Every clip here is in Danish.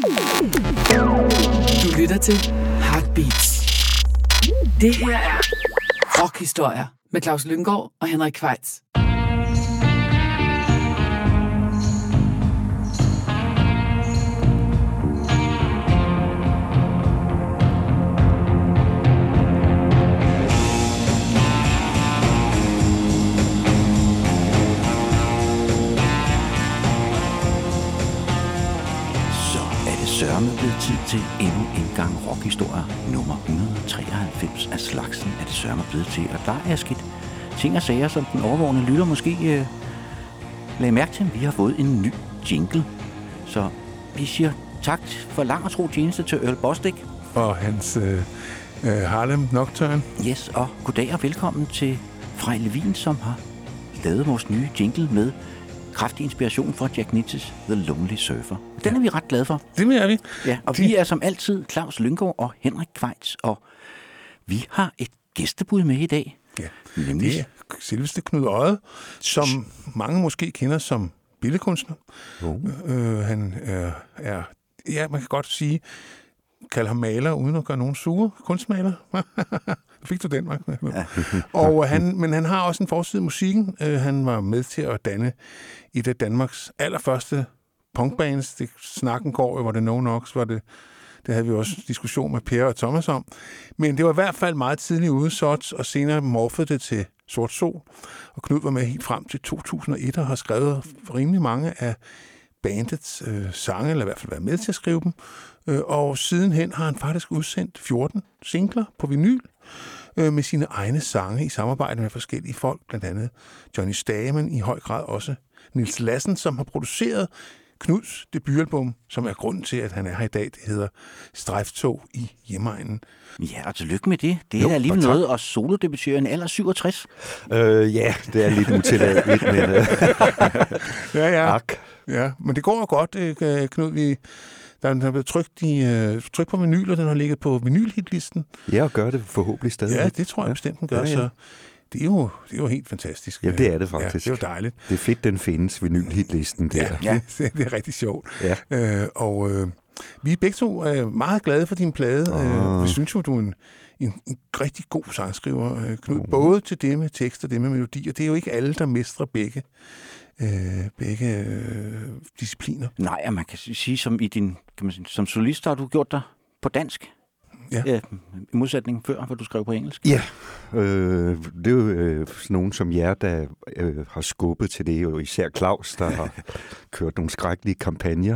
Du lytter til Heartbeats. Det her er rockhistorier med Claus Lynggaard og Henrik Queitz. Sørme blevet tid til endnu en gang rockhistorier nummer 193 af slagsen er det sørme blevet til, og der er sket ting og sager, som den overvågende lytter måske lagde mærke til. Vi har fået en ny jingle, så vi siger tak for lang og tro tjeneste til Earl Bostic og hans Harlem Nocturne. Yes, og goddag og velkommen til Frej Levin, som har lavet vores nye jingle med kraftig inspiration fra Jack Nitzes The Lonely Surfer. Den er vi ret glade for. Det er vi. Ja, og vi er som altid Claus Lynggaard og Henrik Queitz, og vi har et gæstebud med i dag. Ja, nemlig det er selveste Knud Odde, som mange måske kender som billedkunstner. Han er, ja, man kan godt sige, kalde ham maler, uden at gøre nogen sure. Kunstmaler. Fik du den, Mark? Ja. Og men han har også en forside i musikken. Han var med til at danne et af Danmarks allerførste punkbands. Det snakken går, var det No Knox, var det havde vi også diskussion med Per og Thomas om. Men det var i hvert fald meget tidligt ude, og senere morfede det til Sort Sol. Og Knud var med helt frem til 2001 og har skrevet rimelig mange af bandets sange, eller i hvert fald været med til at skrive dem. Og sidenhen har han faktisk udsendt 14 singler på vinyl med sine egne sange i samarbejde med forskellige folk, blandt andet Johnny Stamen, i høj grad også Niels Lassen, som har produceret Knuds debutalbum, som er grunden til, at han er her i dag. Det hedder Strejftog i hjemegnen. Ja, og tillykke med det. Det er alligevel noget, og solodebuterer en alder 67. Ja, det er lidt utilladeligt, men... Ja, men det går jo godt, Knud. Den har blevet trykt på vinyl, og den har ligget på vinylhitlisten. Ja, og gør det forhåbentlig stadig. Ja, det tror jeg bestemt, den gør. Ja. Så det er jo helt fantastisk. Ja, det er det faktisk. Ja, det er jo dejligt. Det er fedt, den findes, vinylhitlisten der. Ja, det er rigtig sjovt. Ja. Vi er begge to meget glade for din plade. Vi synes jo, du er en rigtig god sangskriver, Knud. Både til det med tekst og det med melodi, og det er jo ikke alle, der mestrer begge discipliner. Nej, man kan sige, som solist har du gjort dig på dansk. Ja. I modsætning før, hvor du skrev på engelsk. Ja, det er jo nogen som jer, der har skubbet til det, og især Claus, der har kørt nogle skrækkelige kampagner.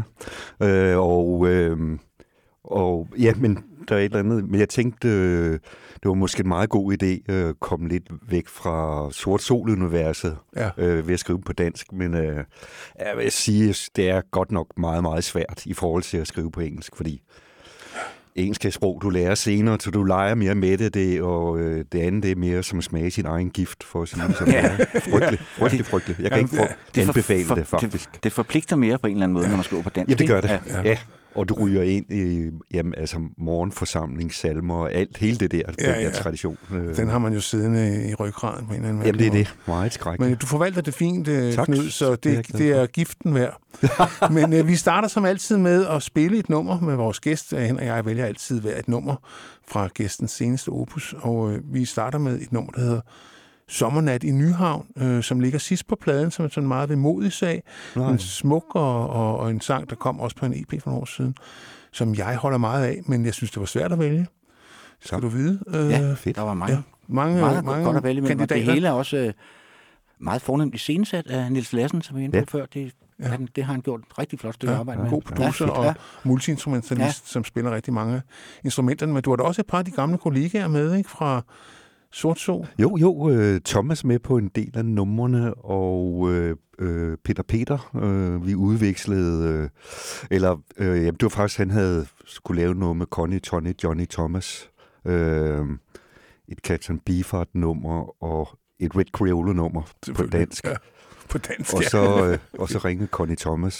Men der er et eller andet. Men jeg tænkte, det var måske en meget god idé at komme lidt væk fra Sort Sol-universet ved at skrive på dansk. Men jeg vil sige, det er godt nok meget, meget svært i forhold til at skrive på engelsk, fordi engelsk er sprog, du lærer senere, så du leger mere med det, og det andet det er mere som at smage sin egen gift, for at sige det som det er. Frygteligt. Jeg kan ikke anbefale det, faktisk. Det forpligter mere på en eller anden måde, når man skriver på dansk. Ja, det gør det. Ja. Og du ryger ind i morgenforsamling, salmer og hele det der tradition. Den har man jo siddende i ryggraden på en eller anden måde. Jamen det er det. Meget skrækkeligt. Men du forvalter det fint, Knud, så det er giften værd. Men vi starter som altid med at spille et nummer med vores gæst. Henrik og jeg vælger altid hver et nummer fra gæstens seneste opus, og vi starter med et nummer, der hedder Sommernat i Nyhavn, som ligger sidst på pladen, som er sådan en meget vemodig sag. Nej. En smuk og en sang, der kom også på en EP for nogle år siden, som jeg holder meget af, men jeg synes, det var svært at vælge. Skal du vide? Ja, fedt. Der var mange godt at vælge, men det hele er også meget fornemt iscenesat af Niels Lassen, som vi var inde på før. Det har han gjort et rigtig flot stykke arbejde med. God producer og multiinstrumentalist, som spiller rigtig mange instrumenter. Men du har da også et par af de gamle kollegaer med, ikke? Fra Sort Sol? Jo, Thomas med på en del af numrene, og Peter, vi udvekslede, det var faktisk, han havde skulle lave noget med Connie, Tony, Johnny Thomas, et Captain Beefheart-nummer og et Red Creole-nummer på dansk. Ja, på dansk, og så ringede Connie Thomas,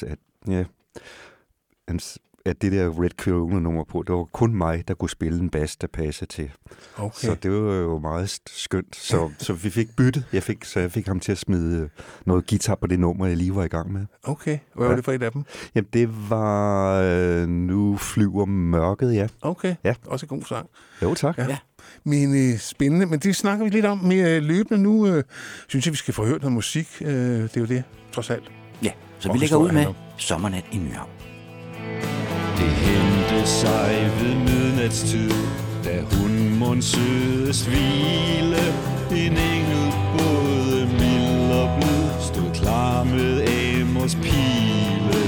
at det der Red Creole-nummer på, det var kun mig, der kunne spille en bas, der passede til. Okay. Så det var jo meget skønt. Så vi fik byttet. Jeg fik ham til at smide noget guitar på det nummer, jeg lige var i gang med. Okay. Hvad var det for et af dem? Jamen, det var nu flyver mørket, ja. Okay, ja. Også en god sang. Jo, tak. Ja. Men spændende, men det snakker vi lidt om mere løbende nu. Synes jeg, vi skal få hørt noget musik. Det er jo det, trods alt. Ja, så vi lægger ud med Sommernat i Nyhavn. Det hændte sig ved midnatstid, da hun mon sødes hvile. En engel både mild og blid stod klar med Amors pile.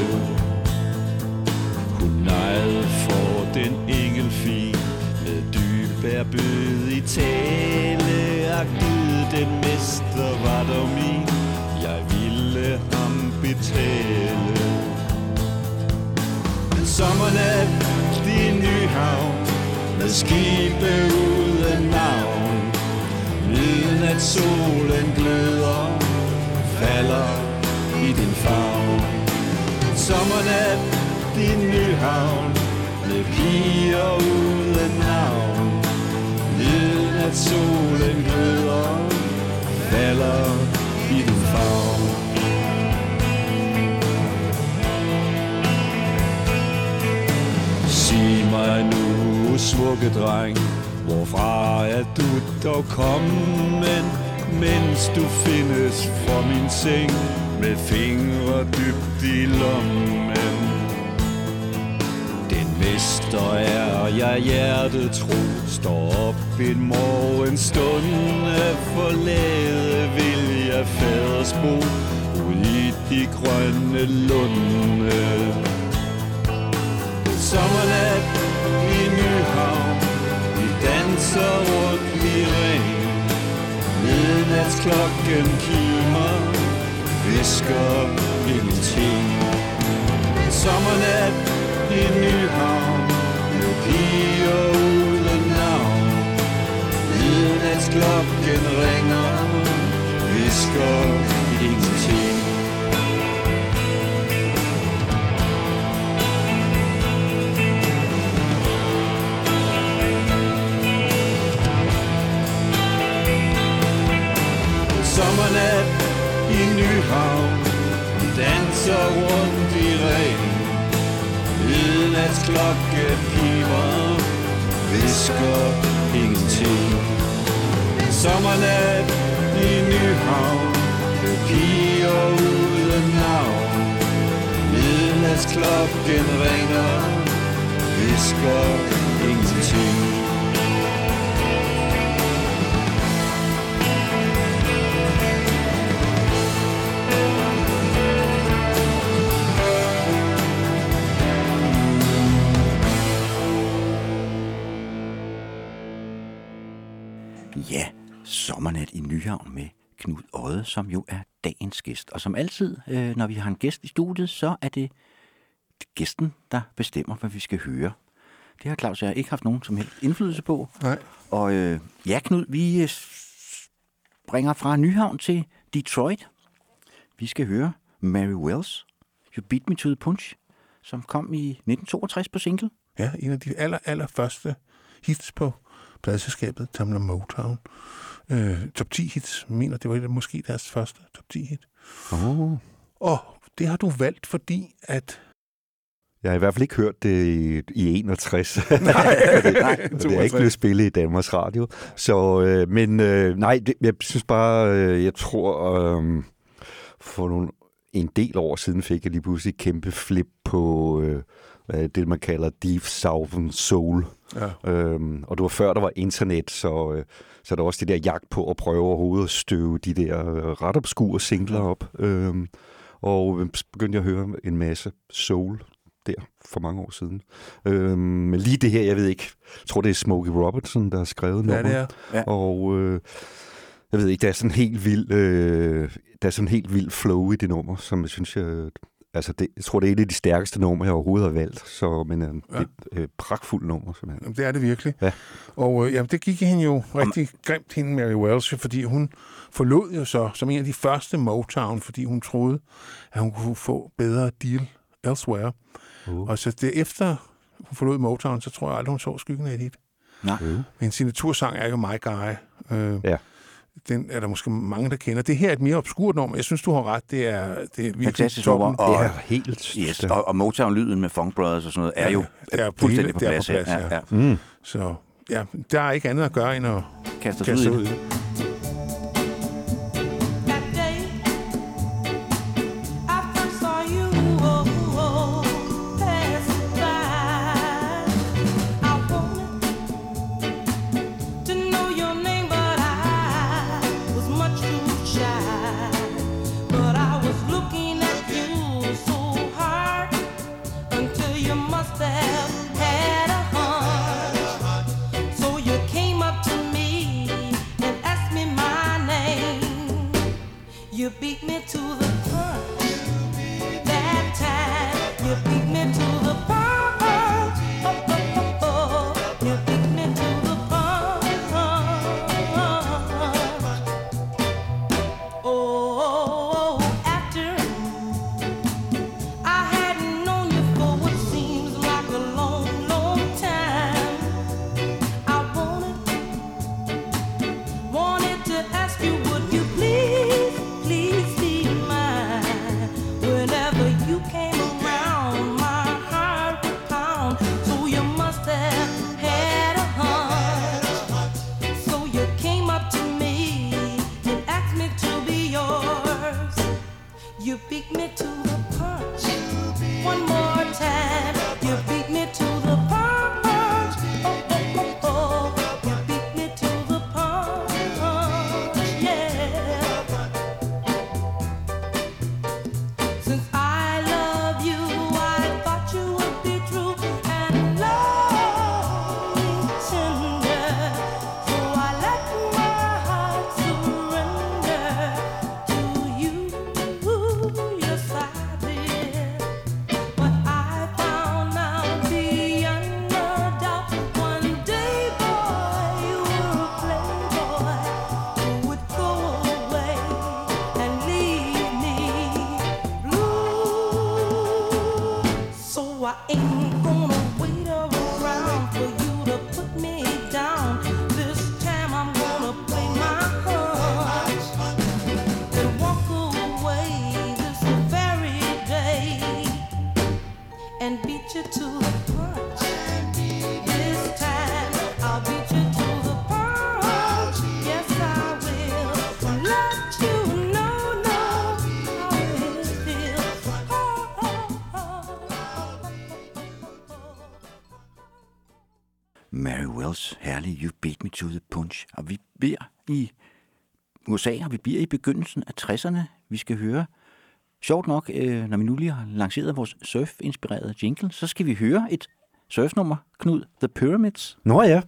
Hun nejede for den engelfin med dyb ærbød i tale. Gud, den mester var dog min, jeg ville ham betale. En sommernat i Nyhavn med skibe uden navn. Midnat solen gløder, falder i din favn. Sommernat i Nyhavn med piger uden navn. Midnat solen gløder, falder i din favn. Sig mig nu, smukke dreng, hvorfra er du dog kommet, mens du findes for min seng med fingre dybt i lommen? Den mester er jeg hjertet tro, står op en morgenstund at forlade vil jeg faders bo ud i de grønne lunde. Sommernat i Nyhavn, vi danser rundt i ring. Midnatsklokken kimer, visker ingenting. Sommernat i Nyhavn, med piger uden navn. Midnatsklokken ringer, visker ingenting. Sommernat i Nyhavn, danser rundt i ring. Midnatsklokke pimer, visker ingenting. Sommernat i Nyhavn, med piger uden navn. Midnatsklokken ringer, visker ingenting. Ja, Sommernat i Nyhavn med Knud Odde, som jo er dagens gæst. Og som altid, når vi har en gæst i studiet, så er det gæsten, der bestemmer, hvad vi skal høre. Det har Claus og jeg ikke haft nogen som helst indflydelse på. Nej. Og ja, Knud, vi springer fra Nyhavn til Detroit. Vi skal høre Mary Wells, You Beat Me to the Punch, som kom i 1962 på single. Ja, en af de allerførste hits på pladeselskabet Tamla Motown. Top 10 hits, mener det var måske deres første top 10 hit. Og det har du valgt, fordi at... Jeg har i hvert fald ikke hørt det i 61. Nej, det er ikke blevet spillet i Danmarks Radio. Så, jeg synes bare, jeg tror, for en del år siden fik jeg lige pludselig et kæmpe flip på det, man kalder Deep Southern Soul. Ja. Og det var før, der var internet, så der var også det der jagt på at prøve overhovedet at støve de der ret obskure singler op. Og begyndte jeg at høre en masse soul der for mange år siden. Men lige det her, jeg ved ikke, jeg tror det er Smokey Robinson, der har skrevet nummeret. Ja, det er. Ja. Og jeg ved ikke, der er sådan helt vild flow i det nummer, som jeg synes, jeg tror, det er et af de stærkeste numre, jeg overhovedet har valgt. Så, men det er et pragtfuldt nummer. Simpelthen. Det er det virkelig. Ja. Og det gik hende jo rigtig grimt, hende Mary Wells, fordi hun forlod jo så som en af de første Motown, fordi hun troede, at hun kunne få bedre deal elsewhere. Og så efter hun forlod Motown, så tror jeg aldrig, hun så skyggen af det. Nej. Men sin natursang er jo My Guy. den er der måske mange, der kender. Det her er et mere obskurt nummer. Jeg synes, du har ret. Det er fantastisk nummer. Og det er helt... Yes, og Motown-lyden med Funk Brothers og sådan noget er jo fuldstændig på plads. Ja. Så ja, der er ikke andet at gøre, end at kaste os ud i det. You beat me to the punch. That time you beat me to the punch. You beat me to the punch. Oh, after I hadn't known you for what seems like a long, long time, I wanted to ask you, would you please be mine? Whenever you came around, my heart would pound. So you must have had a hunch. So you came up to me and asked me to be yours. You beat me to the punch. One more time. You beat me to the punch. Oh. You beat me to the punch. Yeah. Since I love you, I thought you would be true and love me tender. So I let my heart surrender to you. Yes, I did. But I found out beyond a doubt, one day, boy, you were a playboy who would go away and leave me blue. So I ain't gonna wait around for you to put me down. This time I'm gonna play my hunch and walk away this very day and beat you to the punch. This time I'll beat you to the punch. Yes, I will. Let you know how it feels. Mary Wells, herlig You Beat Me to the Punch. Og vi bliver i USA, og vi bliver i begyndelsen af 60'erne. Vi skal høre, sjovt nok, når vi nu lige har lanceret vores surf-inspirerede jingle, så skal vi høre et surfnummer, Knud, The Pyramids. Nå ja,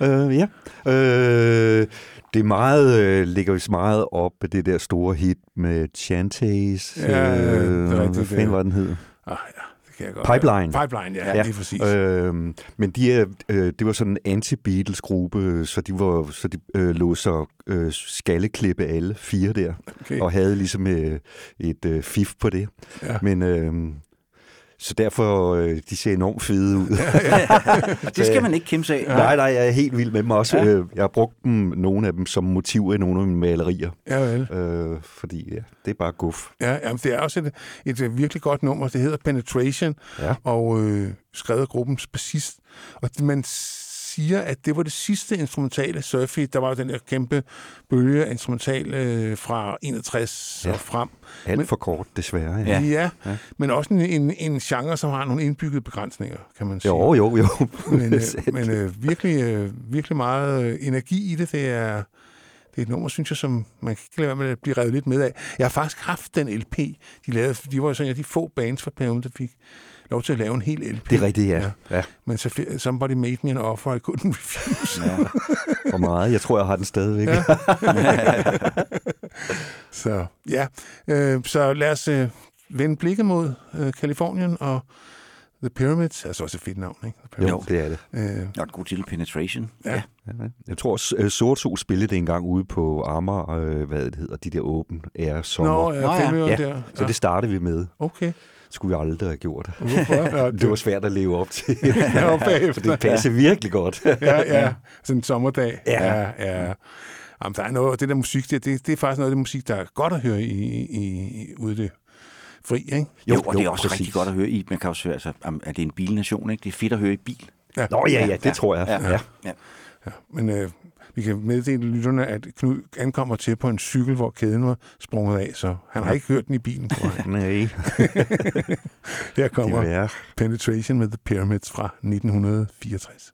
det er meget, ligger vist meget op af det der store hit med Chantays. Hvad fanden var den hed? Ja. Pipeline, ja, lige præcis. Men det var sådan en anti-Beatles-gruppe, så de lå så skalleklippe alle 4 der, og havde ligesom et fif på det. Ja. Men så derfor, de ser enormt fede ud. Det skal man ikke kimse af. Nej, jeg er helt vild med dem også. Ja. Jeg har brugt dem, nogle af dem som motiver i nogle af mine malerier. Ja, vel. Fordi det er bare guf. Ja, jamen, det er også et virkelig godt nummer. Det hedder Penetration, og skrevet af gruppens bassist. Og man siger, at det var det sidste instrumentale surfhit. Der var jo den der kæmpe bølge instrumental fra 61 og frem. Alt for kort, desværre. Ja, men også en genre, som har nogle indbyggede begrænsninger, kan man sige. Jo. Men virkelig meget energi i det. Det er et nummer, synes jeg, som man kan ikke lade være med at blive revet lidt med af. Jeg har faktisk haft den LP, de lavede. De var jo sådan de få bands fra perioden, der fik lov til at lave en hel LP. Det er rigtigt, ja. Men somebody made me an offer, I couldn't refuse. For meget. Jeg tror, jeg har den stadigvæk. Ja. Så lad os vende blikket mod Californien og The Pyramids. Altså også et fedt navn, ikke? Jo, det er det. Og en god titel, Penetration. Ja. Jeg tror, Sort Sol spillede det engang ude på Amager, hvad det hedder, de der open air sommer. Der. Så det startede vi med. Okay. Skulle vi aldrig have gjort. Hvorfor? Det var svært at leve op til. For det passer virkelig godt. Ja. Sådan en sommerdag. Ja. Jamen, der er noget, det der musik, det er faktisk noget af det musik, der er godt at høre ude i det fri, ikke? Jo, og det er også rigtig godt at høre i. Man kan også høre, altså, at det er en bilnation, ikke? Det er fedt at høre i bil. Ja. Nå ja, det tror jeg. Ja. Men vi kan meddele lytterne, at Knud ankommer til på en cykel, hvor kæden var sprunget af, så han har ikke hørt den i bilen, tror jeg. Nej. Her kommer Penetration med The Pyramids fra 1964.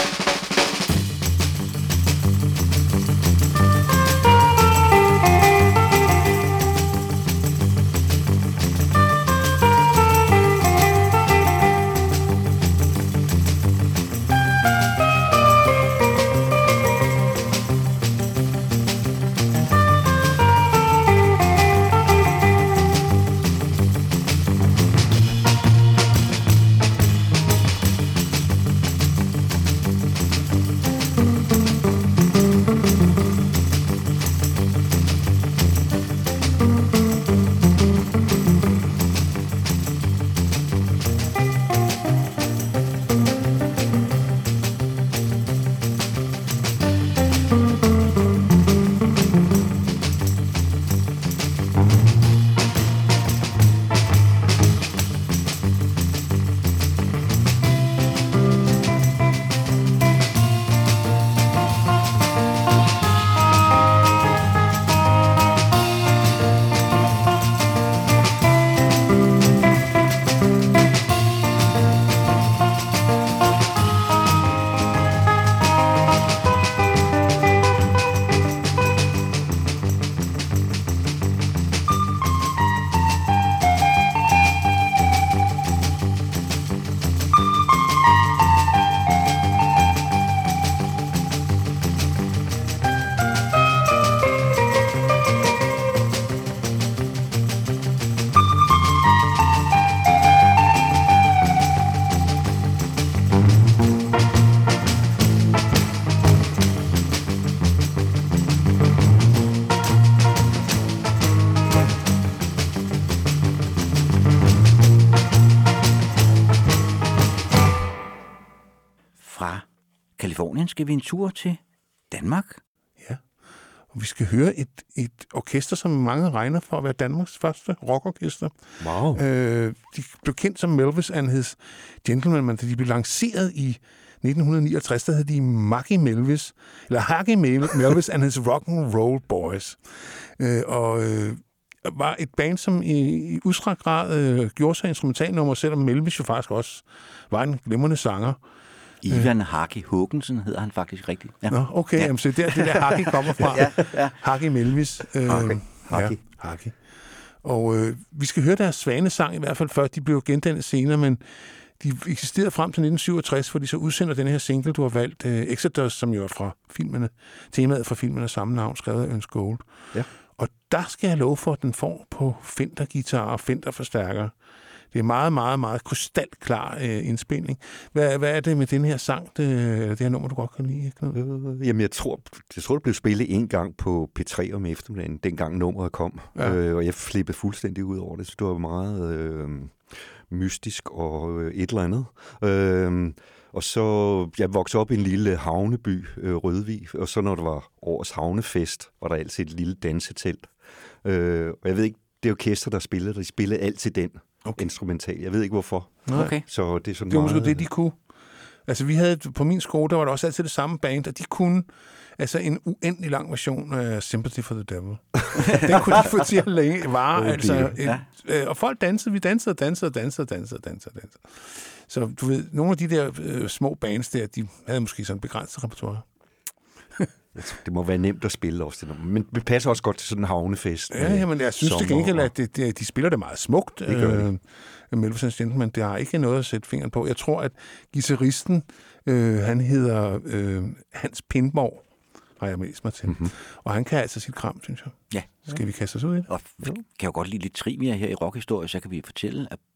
Californien skal vi en tur til Danmark. Ja, og vi skal høre et orkester, som mange regner for at være Danmarks første rockorkester. Wow. De blev kendt som Melvis and His Gentlemen, men da de blev lanceret i 1969, der hed de Haggy Melvis and His Rock'n'Roll Boys. Var et band, som i udstrakt grad gjorde sig instrumentalnummer, selvom Melvis jo faktisk også var en glimrende sanger. Ivan Haggy Hågensen hedder han faktisk rigtigt. Ja. Nå, okay, ja. Jamen, så det der Haggy kommer fra. Ja. Haggy Melvis. Haggy. Og vi skal høre deres svanesang, i hvert fald før de blev gendannet senere, men de eksisterede frem til 1967, hvor de så udsender den her single, du har valgt, Exodus, som jo er fra filmene, temaet fra filmene af samme navn, skrevet af Ernst Gold. Ja. Og der skal jeg love for, at den får på Fender-guitar og Fender-forstærker. Det er meget, meget, meget krystalklar indspilning. Hvad er det med den her sang, det her nummer, du godt kan lide? Jamen, jeg tror, det blev spillet en gang på P3 om eftermiddagen, dengang nummeret kom. Ja. Og jeg flippede fuldstændig ud over det. Så det var meget mystisk og et eller andet. Og så, jeg voksede op i en lille havneby, Rødvig, og så når der var årets havnefest, var der altid et lille dansetelt. Og jeg ved ikke, det orkester, der spillede, de spillede altid den instrumental. Jeg ved ikke, hvorfor. Okay. Så det er sådan det var måske det, de kunne. Altså, vi havde på min skole, der var der også altid det samme band, og de kunne altså en uendelig lang version af Sympathy for the Devil. Den kunne de få til at vare. Og folk dansede, vi dansede. Så du ved, nogle af de der små bands der, de havde måske sådan en begrænset repertoire. Det må være nemt at spille også, men det passer også godt til sådan en havnefest. Ja, men jeg synes til gengæld, at de spiller det meget smukt. Melvis & Gentlemen, det har ikke noget at sætte fingeren på. Jeg tror, at guitaristen, han hedder Hans Pindborg, har jeg mest mig til. Mm-hmm. Og han kan altså sit kram, synes jeg. Ja. Skal vi kaste os ud i det? Og vi kan jo godt lide lidt trivia her i rockhistorie, så kan vi fortælle, at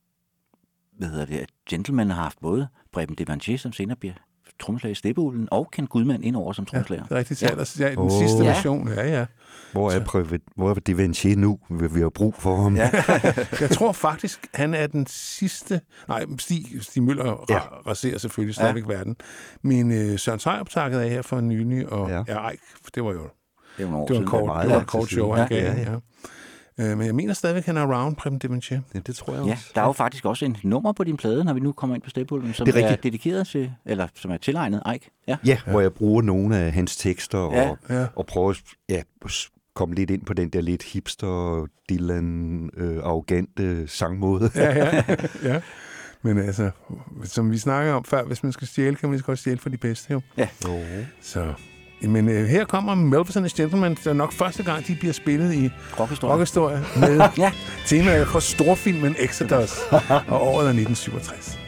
at Gentlemen har haft både Preben Devanché, som senere bliver trommeslager i Steppeulven, og Ken Gudman indover som trommeslager. Ja, det er rigtigt. Ja, den sidste version. Ja. Hvor er Devanché nu? Vi har brug for ham. Ja. Jeg tror faktisk, han er den sidste... Nej, Stig Møller raserer selvfølgelig stadigvæk verden. Men Søren Sejer optakket af her for nylig, og Eik, det var jo Det var en kort show, han gav. Ja. Men jeg mener stadigvæk, han er around, Preben Devonshire. Ja, det tror jeg også. Ja, der er jo faktisk også en nummer på din plade, når vi nu kommer ind på Stepulven, som er dedikeret til, eller som er tilegnet Eik. Ja, hvor jeg bruger nogle af hans tekster og prøver at komme lidt ind på den der lidt hipster, Dylan, arrogante sangmåde. Ja. Men altså, som vi snakker om før, hvis man skal stjæle, kan man lige så godt stjæle for de bedste, jo. Ja. Så... Men her kommer Melvis and the Gentlemen. Det er nok første gang, de bliver spillet i rockhistorie med temaet fra storfilmen Exodus, og året er 1967.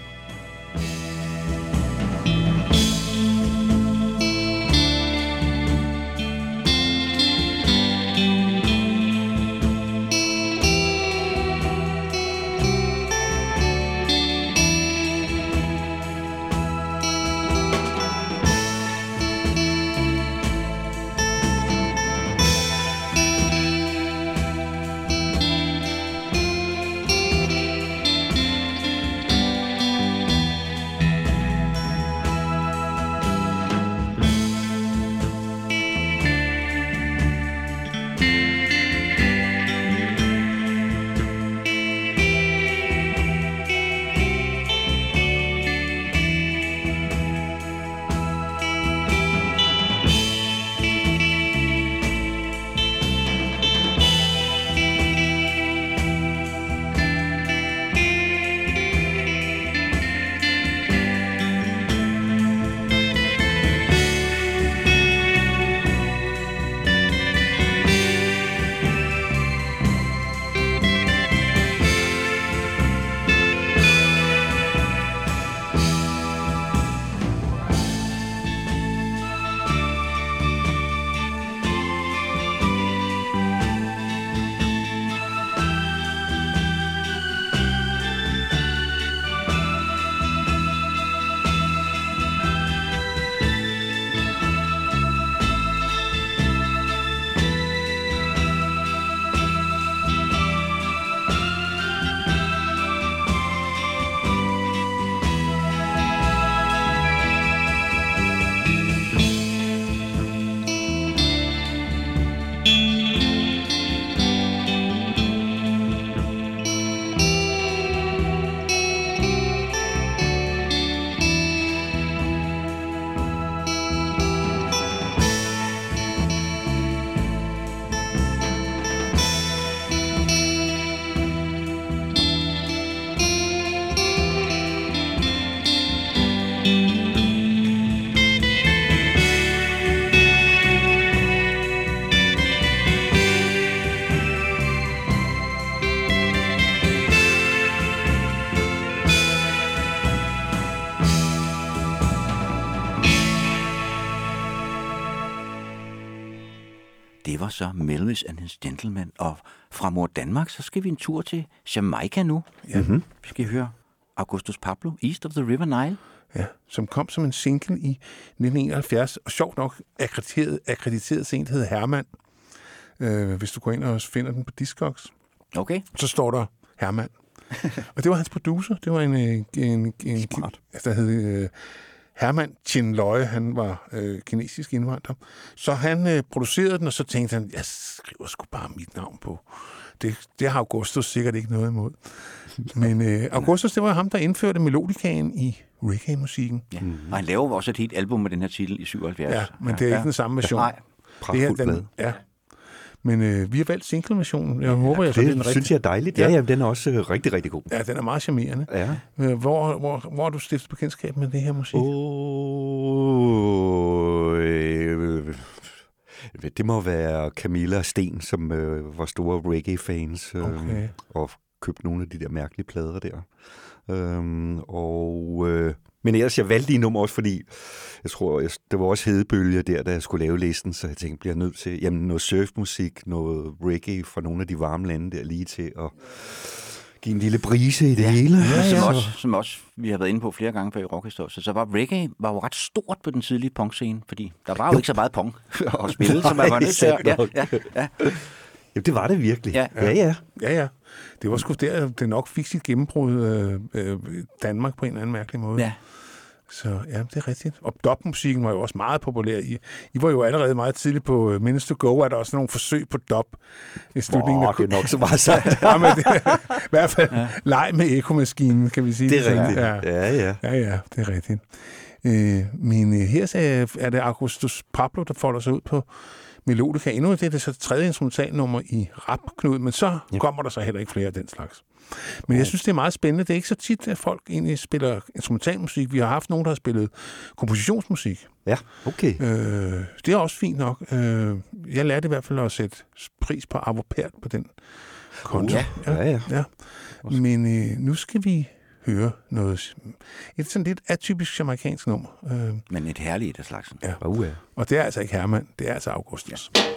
Det var så Melvis and his Gentlemen, og fra Mor Danmark, så skal vi en tur til Jamaica nu. Ja. Mm-hmm. Vi skal høre Augustus Pablo, East of the River Nile. Ja, som kom som en single i 1971, og sjovt nok akkrediteret sent hed Herman. Hvis du går ind og finder den på Discogs, så står der Herman. Og det var hans producer. Det var en der hed Herman Chin Loy. Han var kinesisk indvandrer. Så han producerede den, og så tænkte han, jeg skriver sgu bare mit navn på. Det har Augustus sikkert ikke noget imod. Men Augustus, det var ham, der indførte melodikaen i reggae-musikken. Ja. Og han laver også et helt album med den her titel i 77. Ja, men det er ikke den samme version. Nej, pragtfuldt blad. Ja. Men vi har valgt single-versionen. Jeg håber, det synes jeg er dejligt. Ja, den er også rigtig, rigtig god. Ja, den er meget charmerende. Ja. Hvor har du stiftet bekendtskab med det her musik? Det må være Camilla og Sten, som var store reggae-fans og købte nogle af de der mærkelige plader der. Men ellers, jeg valgte lige nummer også, fordi jeg tror, det var også hedebølge der, da jeg skulle lave listen, så jeg tænkte, bliver nødt til noget surfmusik, noget reggae fra nogle af de varme lande der lige til at give en lille brise i det hele. Ja. Som også vi har været inde på flere gange før i rockhistorie. Så var reggae jo ret stort på den tidlige punkscene, fordi der var jo ikke så meget punk at spille, som man var nødt til. Ja. Jamen, det var det virkelig. Ja. Det var sgu der, det nok fik sit gennembrud Danmark på en eller anden mærkelig måde. Ja. Så ja, det er rigtigt. Og dubmusikken var jo også meget populær. I var jo allerede meget tidligt på Minutes to Go, er der også nogle forsøg på dub i slutningen. Det er nok så meget sagt. Ja, men det, i hvert fald leg med ekomaskinen, kan vi sige. Det er rigtigt. Ja, det er rigtigt. Men her er det Augustus Pablo, der folder sig ud på melodika. Endnu det er det så tredje instrumentalnummer i rap, Knud, men så kommer der så heller ikke flere af den slags. Men jeg synes, det er meget spændende. Det er ikke så tit, at folk egentlig spiller instrumentalmusik. Vi har haft nogen, der har spillet kompositionsmusik. Ja, okay. Det er også fint nok. Jeg lærte i hvert fald at sætte pris på Arvo Pärt på den konto. Ja. Men nu skal vi høre noget. Et sådan lidt atypisk amerikansk nummer. Men et herligt af slagsen. Ja. Og det er altså ikke Herman, det er altså Augustus. Ja.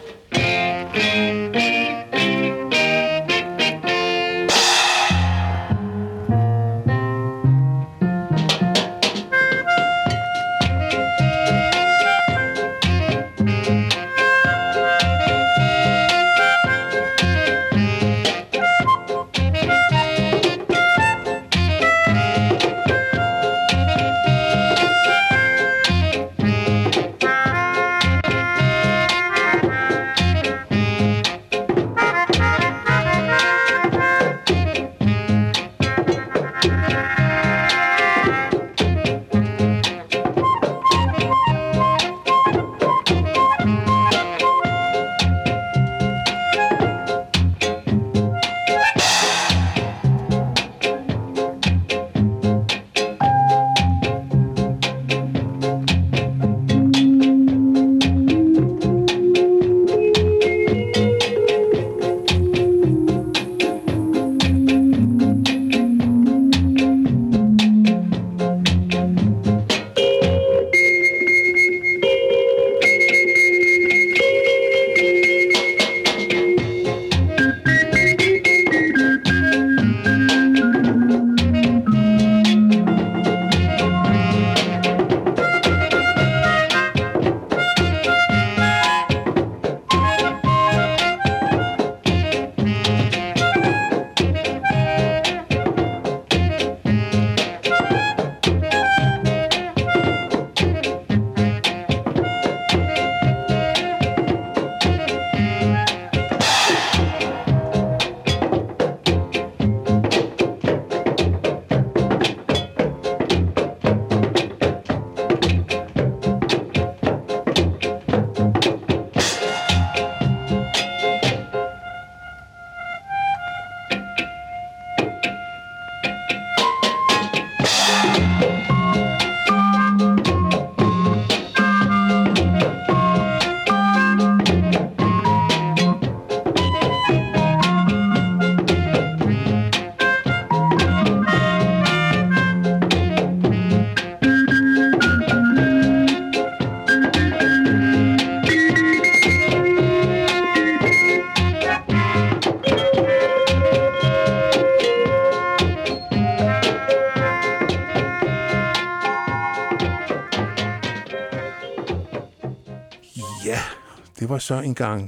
Det var så engang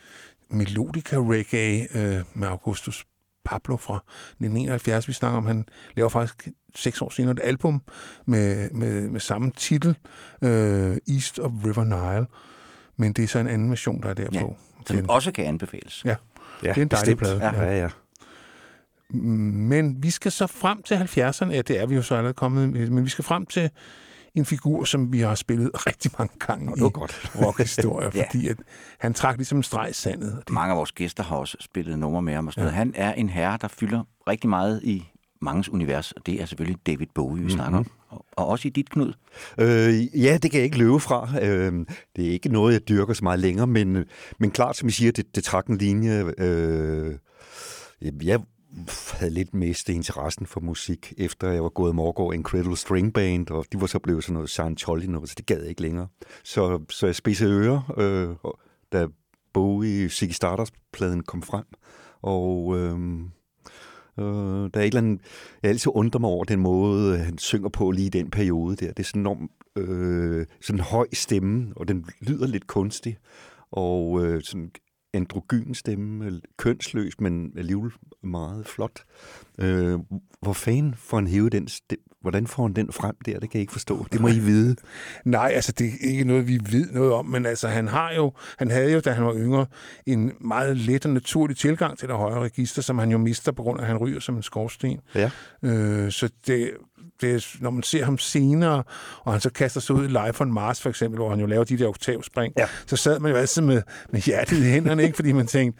melodica reggae med Augustus Pablo fra 1971. Vi snakker om, han laver faktisk 6 år senere et album med samme titel, East of River Nile. Men det er så en anden version, der er derpå. Ja, som også kan anbefales. Ja, det er en dejlig plade. Ja. Men vi skal så frem til 70'erne. Ja, det er vi jo så allerede kommet. Men vi skal frem til en figur, som vi har spillet rigtig mange gange i rockhistorie, fordi at han trak ligesom en streg i sandet. Mange af vores gæster har også spillet numre med ham. Og han er en herre, der fylder rigtig meget i manges univers, og det er selvfølgelig David Bowie, vi snakker om. Og også i dit, Knud. Ja, det kan jeg ikke løbe fra. Det er ikke noget, jeg dyrker så meget længere, men klart, som I siger, det trak en linje. Jeg havde lidt mistet interessen for musik, efter jeg var gået i Morgård Incredible String Band, og de var så blevet sådan noget Scientology, så det gad jeg ikke længere. Så jeg spidsede ører, da Bowie Ziggy Stardust-pladen kom frem, og der er et eller andet, jeg altid undrer mig over den måde, han synger på lige i den periode der. Det er sådan enormt, sådan en høj stemme, og den lyder lidt kunstig, og sådan androgyn stemme, kønsløs, men alligevel meget flot. Hvor fanden får han hævet den stemme? Hvordan får han den frem der? Det kan jeg ikke forstå. Det må I vide. Nej, altså det er ikke noget, vi ved noget om, men altså han havde jo, da han var yngre, en meget let og naturlig tilgang til det højere register, som han jo mister på grund af, at han ryger som en skorsten. Ja. Så det når man ser ham senere, og han så kaster sig ud i Live on Mars for eksempel, hvor han jo laver de der oktavspring, så sad man jo altid med hjertet i hænderne, ikke? Fordi man tænkte,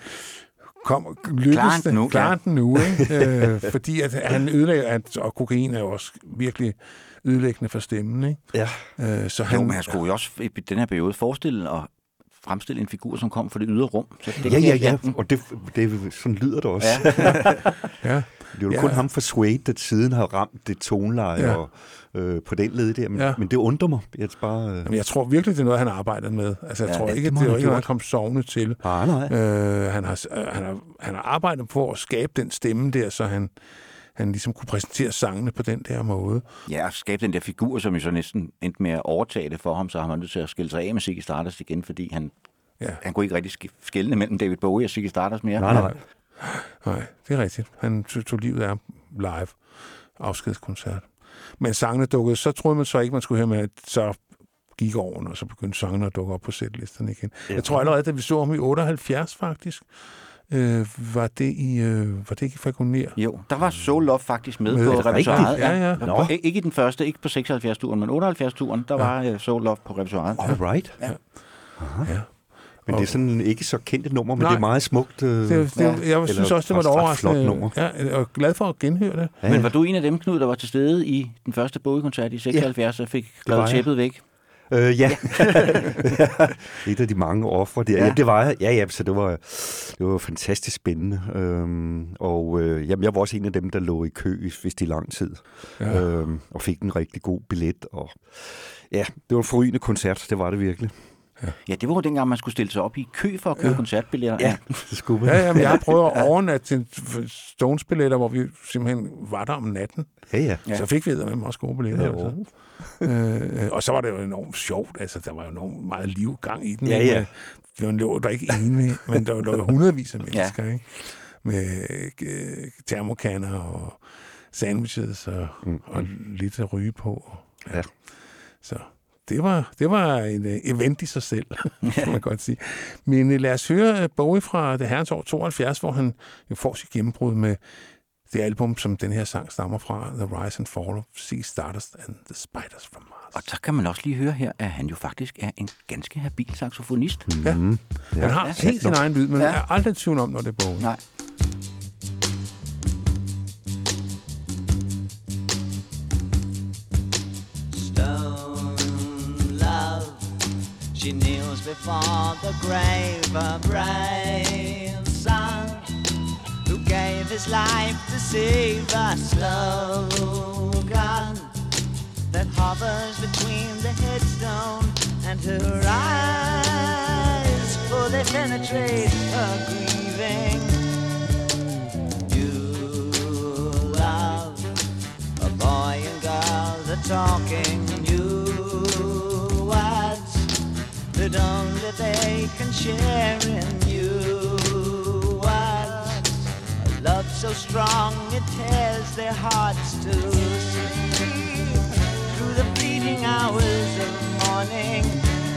lykkes det? Klar den nu, ikke? Fordi at han ødelægger, og kokain er jo også virkelig ødelæggende for stemmen, ikke? Ja. Så han skulle jo også i den her periode forestille og fremstille en figur, som kom fra det ydre rum. Så det ja. Og det, sådan lyder det også. Ja. Det er jo kun ham fra Suede, der siden har ramt det toneleje og på den led der, men det undrer mig. Jeg tror virkelig, det er noget, han har arbejdet med. Altså, jeg tror ikke, det er ikke noget, han kom sovende til. Nej. Han har arbejdet på at skabe den stemme der, så han ligesom kunne præsentere sangene på den der måde. Ja, og skabe den der figur, som jo så næsten endte med at overtage det for ham, så har man nødt til at skille sig af med Ziggy Stardust igen, fordi han kunne ikke rigtig skelne mellem David Bowie og Ziggy Stardust mere. Nej, det er rigtigt. Han tog livet af live afskedskoncert. Men sangene dukkede, så troede man så ikke, man skulle høre med, at så gik årene, og så begyndte sangene at dukke op på sætlisterne igen. Ja. Jeg tror allerede, da vi så ham i 78 faktisk, var det ikke i Falconer? Jo, der var Soul Love faktisk med på repertoiret. Ja. Ikke den første, ikke på 76-turen, men 78-turen, der var Soul Love på repertoiret. All right. Ja. Men det er sådan ikke så kendt et nummer, men det er meget smukt. Jeg synes også, det var et overraskende nummer. Ja, jeg er glad for at genhøre det. Ja. Men var du en af dem, Knud, der var til stede i den første Bowie-koncert i 76, og fik revet tæppet væk? Ja. Et af de mange ofre der. Ja, det var jeg. Ja, så det var fantastisk spændende. Jeg var også en af dem, der lå i kø, hvis det lang tid. Og fik en rigtig god billet. Og det var en forrygende koncert, det var det virkelig. Ja, det var jo dengang, man skulle stille sig op i kø for at købe koncertbilletter. Ja, det skulle man. Men jeg har prøvet at overnatte til Stones-billetter, hvor vi simpelthen var der om natten. Ja. Så fik vi med også gode billetter. Og så var det jo enormt sjovt. Altså, der var jo enormt meget livgang i den. Ja. Det lå der ikke ene, men der lå hundredvis af mennesker, ikke? Med termokanner og sandwiches og lidt at ryge på. Ja. Så det var en event i sig selv, kan man godt sige. Men lad os høre Bowie fra det herrens år 72, hvor han jo får sit gennembrud med det album, som den her sang stammer fra, The Rise and Fall of Ziggy Stardust and the Spiders from Mars. Og så kan man også lige høre her, at han jo faktisk er en ganske habil saxofonist. Ja. Han har helt sin egen lyd, men er aldrig i tvivl om, når det er Bowie. Nej. She kneels before the grave, a brave son who gave his life to save a slogan that hovers between the headstone and her eyes, for they penetrate her grieving. You love a boy and girl, the talking that only they can share in you. Was a love so strong it tears their hearts to sleep through the fleeting hours of morning.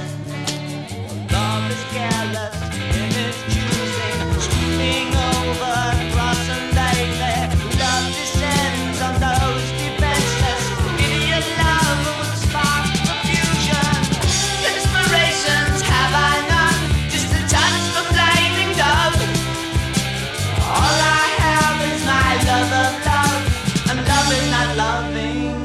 Love is careless in its choosing, sweeping over cross and lately. Love descends on those defenseless. Idiot love will spark confusion. Inspirations have I none, just a touch of flaming dove. All I have is my love of love, and love is not loving.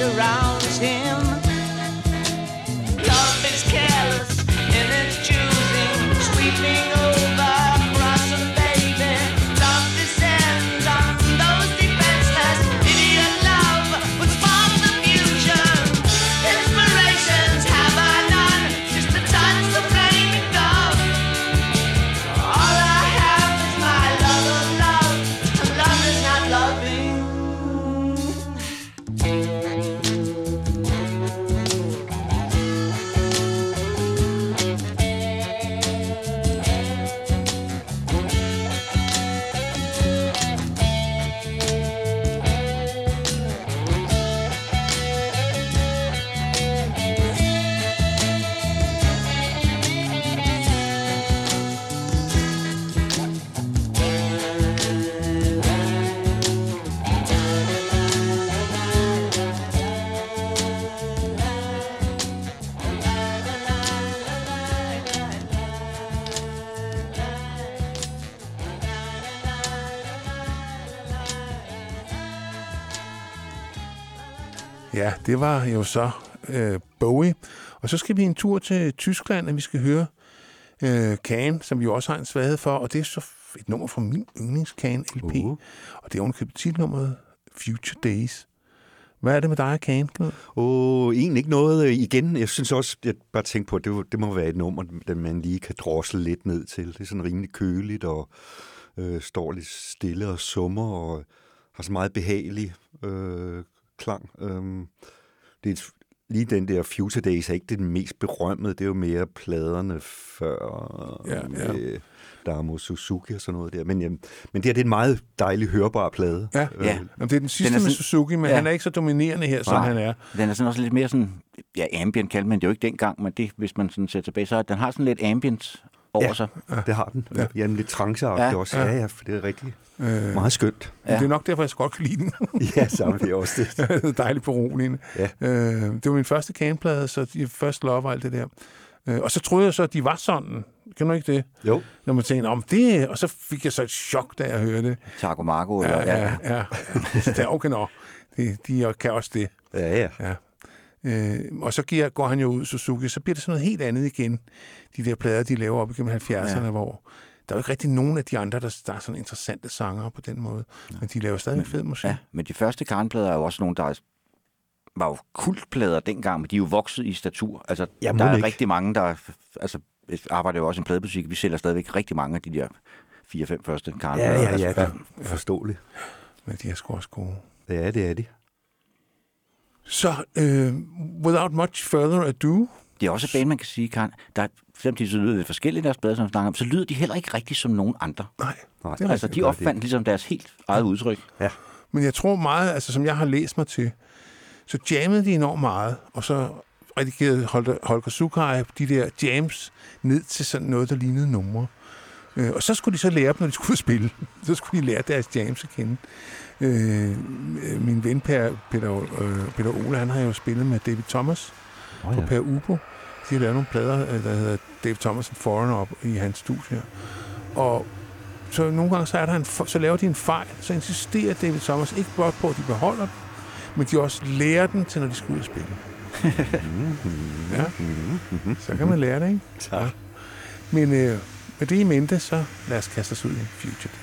surrounds him. Love is careless in its choosing, sweeping over, crossing baby. Love descends on those defenseless. Idiot love would spark the fusion. Inspirations have I none, just to touch the flaming dove. All I have is my love of love, and love is not loving. Ja, det var jo så Bowie. Og så skal vi en tur til Tyskland, og vi skal høre Can, som vi jo også har en svaghed for, og det er så et nummer fra min yndlings-Can-LP. Og det er ovenikøbet titelnummeret Future Days. Hvad er det med dig, Can? Egentlig ikke noget igen. Jeg synes også, jeg bare tænkte på, at det må være et nummer, der man lige kan drosle lidt ned til. Det er sådan rimelig køligt og står lidt stille og summer og har så meget behagelig klang. Det er lige den der Future Days er ikke det mest berømmede. Det er jo mere pladerne før med Damo Suzuki og sådan noget der. Men det er en meget dejlig hørbar plade. Ja. Det er den sidste med Suzuki, men han er ikke så dominerende her, som han er. Den er sådan også lidt mere sådan, ambient kaldt man det jo ikke dengang, men det, hvis man sådan ser tilbage, så den har sådan lidt ambient over sig. Ja, det har den. Ja, lidt tranceagtigt også. Ja, for det er rigtig meget skønt. Ja. Det er nok derfor, jeg så godt kan lide den. Ja, sammen det også det. Det er dejligt beroligende. Ja. Det var min første Can-plade, så de første love og alt det der. Og så troede jeg så, at de var sådan. Kan du ikke det? Jo. Når man tænkte, om det, og så fik jeg så et chok, da jeg hørte det. Taco Marco, eller? Ja. Det er okay nok. De kan også det. Ja. Og så går han jo ud, Suzuki, så bliver det sådan noget helt andet igen. De der plader, de laver op igennem 70'erne, hvor der er jo ikke rigtig nogen af de andre, der er sådan interessante sanger på den måde. Men de laver stadig fed musik. Ja, men de første Can-plader er jo også nogle, der var jo kultplader dengang, men de er jo vokset i statur. Altså, der er rigtig mange, der arbejder jo også i en pladebutik. Vi sælger stadigvæk rigtig mange af de der 4-5 første Can-plader. Ja, det er forståeeligt. Men de er sgu også gode. Ja, det er de. Så, without much further ado... Det er også et band, man kan sige, Karen. Selvom de så lyder lidt forskellige deres plader, som snakker om, så lyder de heller ikke rigtig som nogen andre. Nej. Altså, de opfandt ligesom deres helt eget udtryk. Ja. Men jeg tror meget, altså som jeg har læst mig til, så jammede de enormt meget, og så redigerede Holger Sukai de der jams ned til sådan noget, der lignede numre. Og så skulle de så lære dem, når de skulle spille. Så skulle de lære deres jams at kende. Min ven Peter Ole, han har jo spillet med David Thomas på Per Ubo. De har lavet nogle plader, der hedder David Thomas and Foreigner op i hans studie. Og så nogle gange så laver de en fejl, så insisterer David Thomas ikke blot på, at de beholder den, men de også lærer den til, når de skal ud og spille. Ja. Så kan man lære det, ikke? Ja. Men med det i mente, så lad os kaste os ud i Future Days.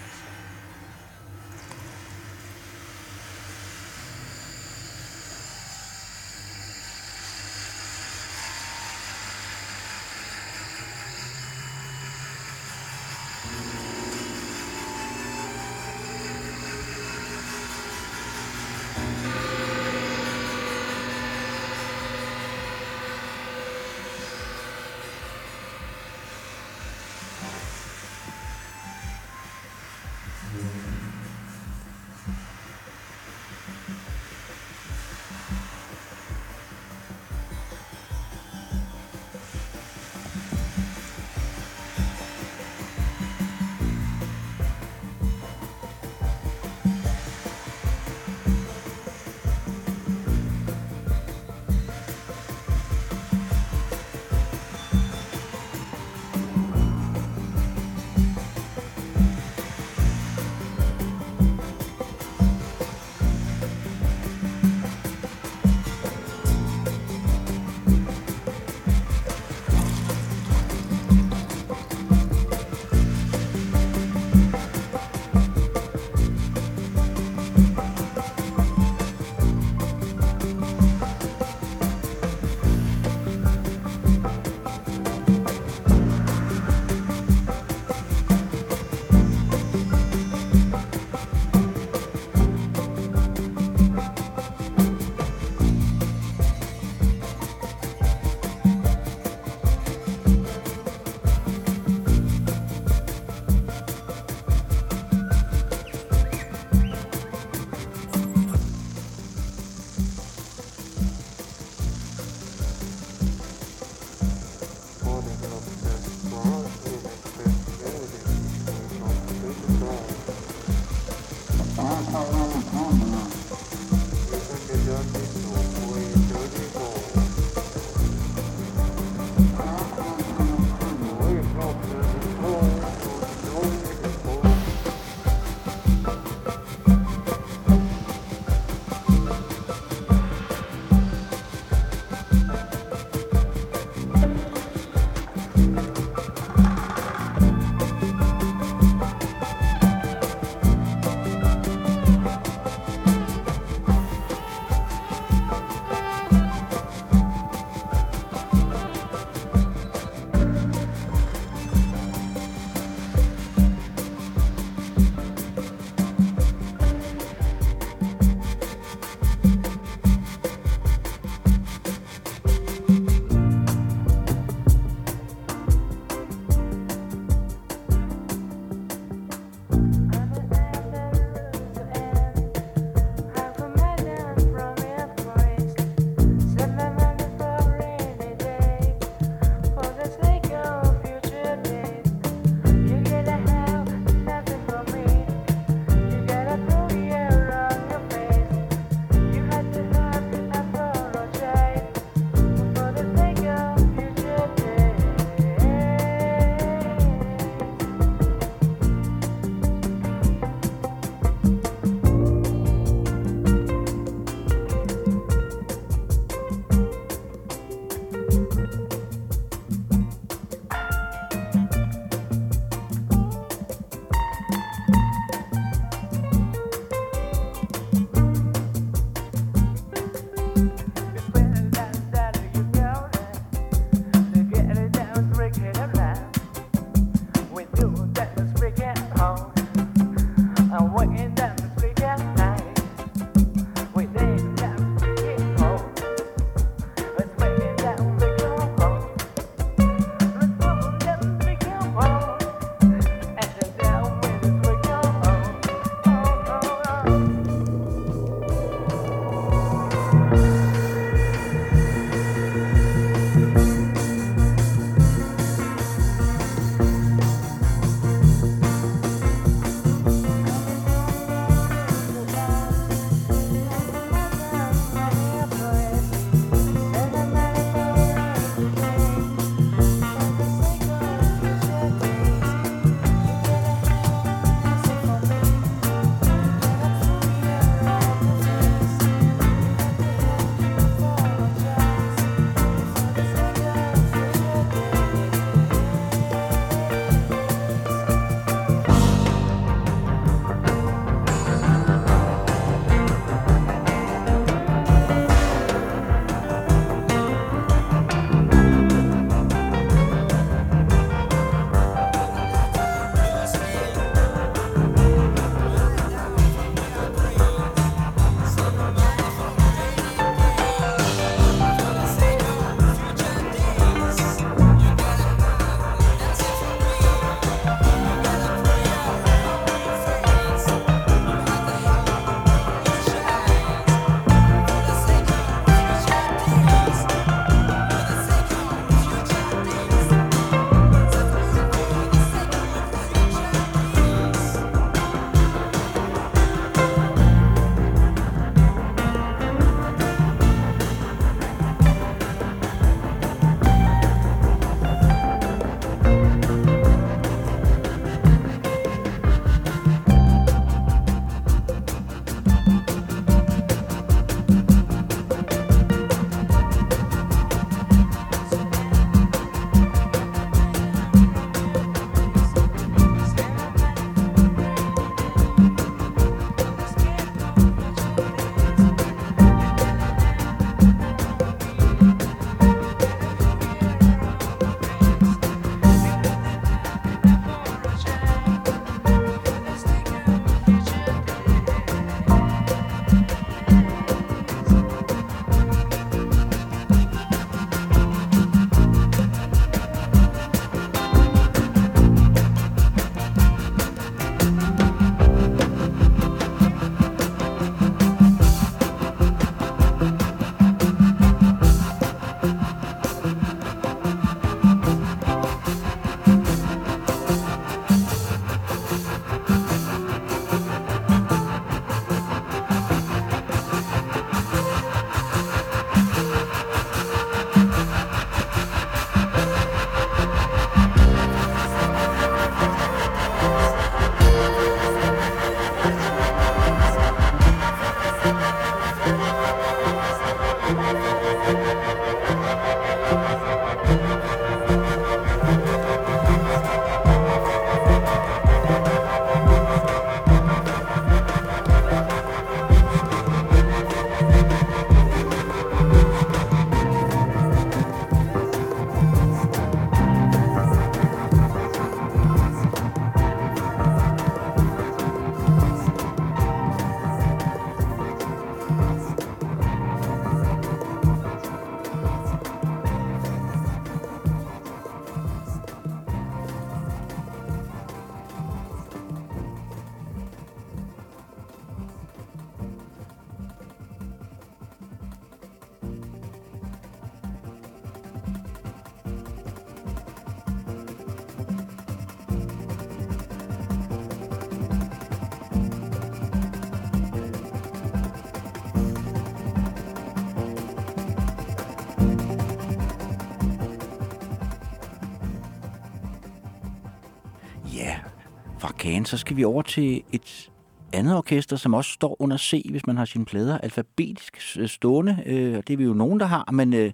Fra Cannes, så skal vi over til et andet orkester, som også står under C, hvis man har sine plader alfabetisk stående. Det er vi jo nogen, der har, men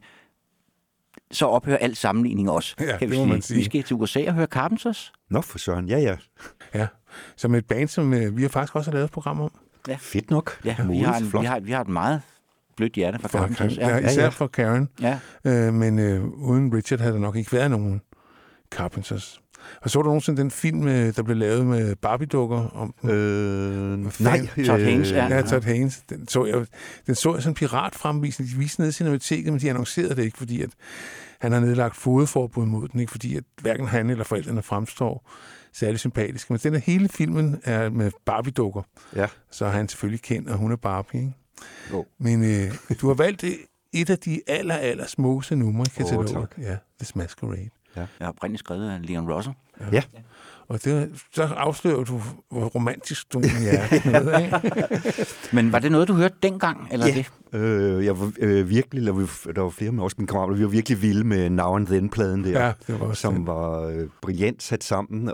så ophører al sammenligning også. Ja, kan det må man sige. Vi skal til USA og høre Carpenters. Nå, for søren, ja. Ja, som et band, som vi har faktisk også lavet et program om. Ja. Fedt nok. Ja, vi har et meget blødt hjerte for Carpenters. Ja, især for Karen. Ja. Men uden Richard havde der nok ikke været nogen Carpenters. Og så du nogensinde den film, der blev lavet med Barbie-dukker? Om Nej. Todd Haynes, Ja, Todd Haynes. Den så jeg sådan en piratfremvisning. De viste ned i Cinemateket, men de annoncerede det ikke, fordi at han har nedlagt fogedforbud mod den. Ikke fordi at hverken han eller forældrene fremstår særlig sympatiske. Men den hele filmen er med Barbie-dukker. Ja. Så er han selvfølgelig kendt, og hun er Barbie. Ikke? Oh. Men du har valgt et af de aller smukkeste numre i kataloget. Tak. Ja, The Masquerade. Ja. Jeg har oprindeligt skrevet af Leon Russell. Ja. Og så afslører du, hvor romantisk du er. Ikke? Men var det noget, du hørte dengang? Eller Ja, det? jeg var virkelig, der var flere med også mine kammerater, vi var virkelig vilde med Now and Then-pladen der, Ja, det var også som den. var brilliant sat sammen,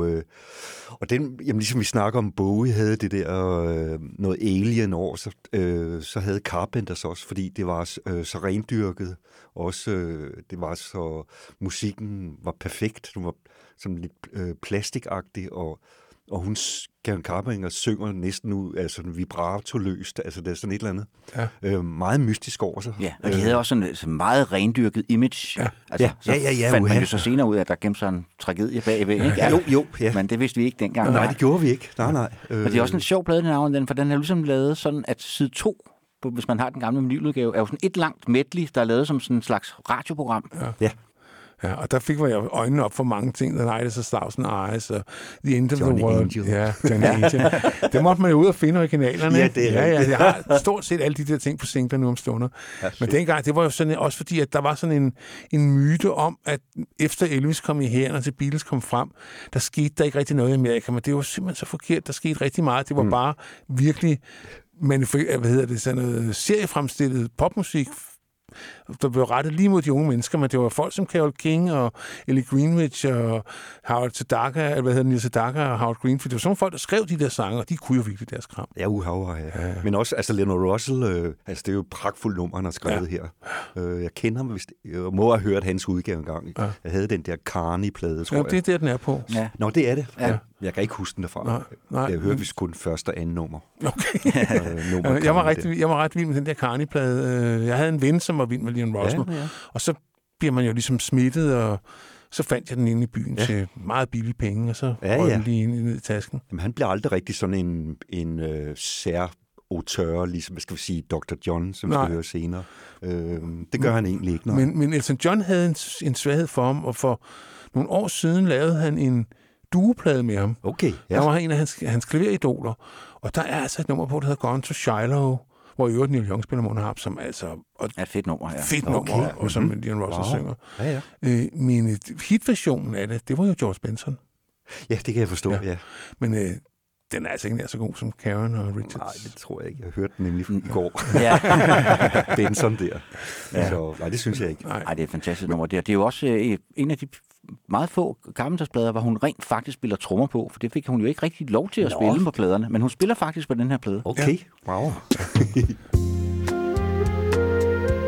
og den, jamen ligesom vi snakker om, Bowie havde det der noget alien over, så havde Carpenters også, fordi det var så rendyrket, også det var så, musikken var perfekt, den var sådan lidt plastikagtig, og hun, Karen Carpenter, synger næsten ud, altså vibratoløst, altså det er sådan et eller andet meget mystisk over sig. Ja, og de havde også sådan meget rendyrket image. Ja. Altså, Ja, så fandt man jo så senere ud af, at der gemte sig en tragedie bagved. Ikke? Altså, Jo, ja. Men det vidste vi ikke dengang. Nej, det gjorde vi ikke. Nej. Og det er også en sjov plade, den navn, den, for den er ligesom lavet sådan, at side 2, hvis man har den gamle vinyludgave, er jo sådan et langt medley, der er lavet som sådan en slags radioprogram. Ja. Ja, og der fik jeg øjnene op for mange ting. The Night is a Thousand Eyes og The End of Johnny the World. Angel. Ja, Johnny Angel. Det måtte man jo ud og finde originalerne. Ja, det er rigtigt. Jeg har stort set alle de der ting på singler nu om stunder. Ja, Men dengang, det var jo sådan, også fordi, at der var sådan en myte om, at efter Elvis kom i hæren og til Beatles kom frem, der skete der ikke rigtig noget i Amerika, men det var simpelthen så forkert. Der skete rigtig meget. Det var bare virkelig sådan noget seriefremstillet popmusik, der blev rettet lige mod de unge mennesker, men det var folk som Carole King og Ellie Greenwich og Howard Sedaka, Neil Sedaka og Howard Greenfield. Det var sådan folk, der skrev de der sange, og de kunne jo virkelig deres kram. Ja, ja. Men også, altså Leonard Russell, altså det er jo et pragtfuldt nummer, han har skrevet her. Jeg kender ham, jeg må have hørt hans udgave engang. Ja. Jeg havde den der Carney-plade, tror jeg. Ja, det er der, den er på. Ja. Nå, det er det. Ja. Jeg kan ikke huske den derfra. Nej. Jeg hørte vist kun første og anden nummer. Okay. Jeg var ret vild med den der Carney-plade. Jeg havde en ven, som var vild med Leon Russell. Ja. Og så bliver man jo ligesom smittet, og så fandt jeg den inde i byen til meget billige penge, og så røg den lige ned i tasken. Jamen, han bliver aldrig rigtig sådan en sær-autør, ligesom, hvad skal vi sige, Dr. John, som skal høre senere. Det gør han egentlig ikke. Men Elton John havde en svaghed for ham, og for nogle år siden lavede han en duoplade med ham. Okay, ja. Der var en af hans klaveridoler, og der er altså et nummer på, der hedder Gone to Shiloh, hvor i øvrigt Neil Young spiller Mono Harp, som altså er et fedt nummer, ja. Fedt nummer, og som Leon Russell synger. Ja. Men hitversionen af det var jo George Benson. Ja, det kan jeg forstå, ja. Men den er altså ikke nær så god som Karen og Richards. Nej, det tror jeg ikke. Jeg hørte den nemlig i går. Ja. Benson der. Ja. Så, nej, det synes jeg ikke. Nej, det er et fantastisk nummer. Det er jo også en af de meget få Carpenters-plader, hvor hun rent faktisk spiller trommer på, for det fik hun jo ikke rigtig lov til at spille på pladerne, men hun spiller faktisk på den her plade. Okay, wow.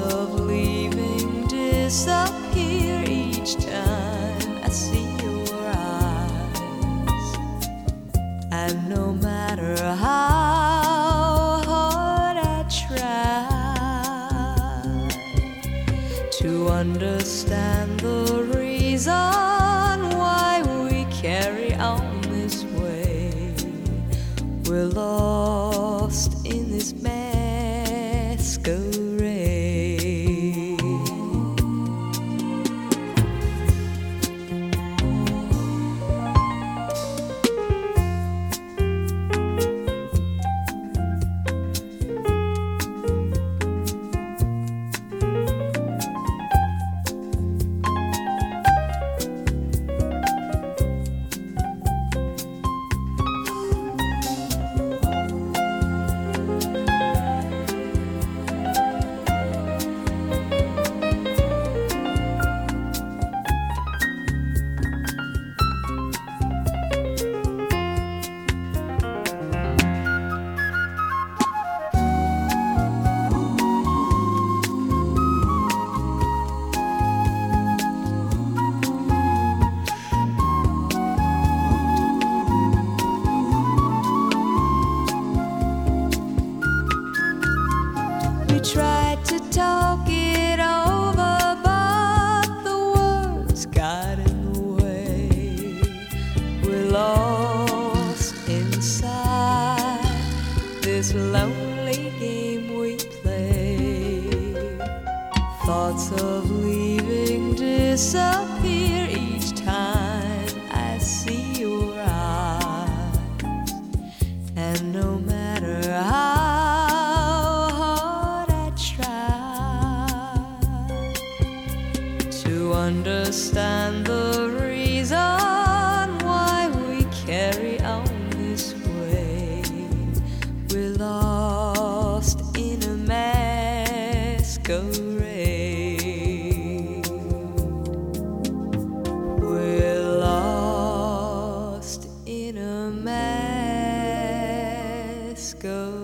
of leaving disappear each time I see your eyes. And no matter how hard I try to understand the reason why we carry on this way, we're lost in this masquerade. Tried to talk it over, but the words got in the way. We're lost inside this lonely game we play. Thoughts of leaving disappear each time I see your eyes. And no matter how understand the reason why we carry on this way, we're lost in a masquerade. We're lost in a masquerade.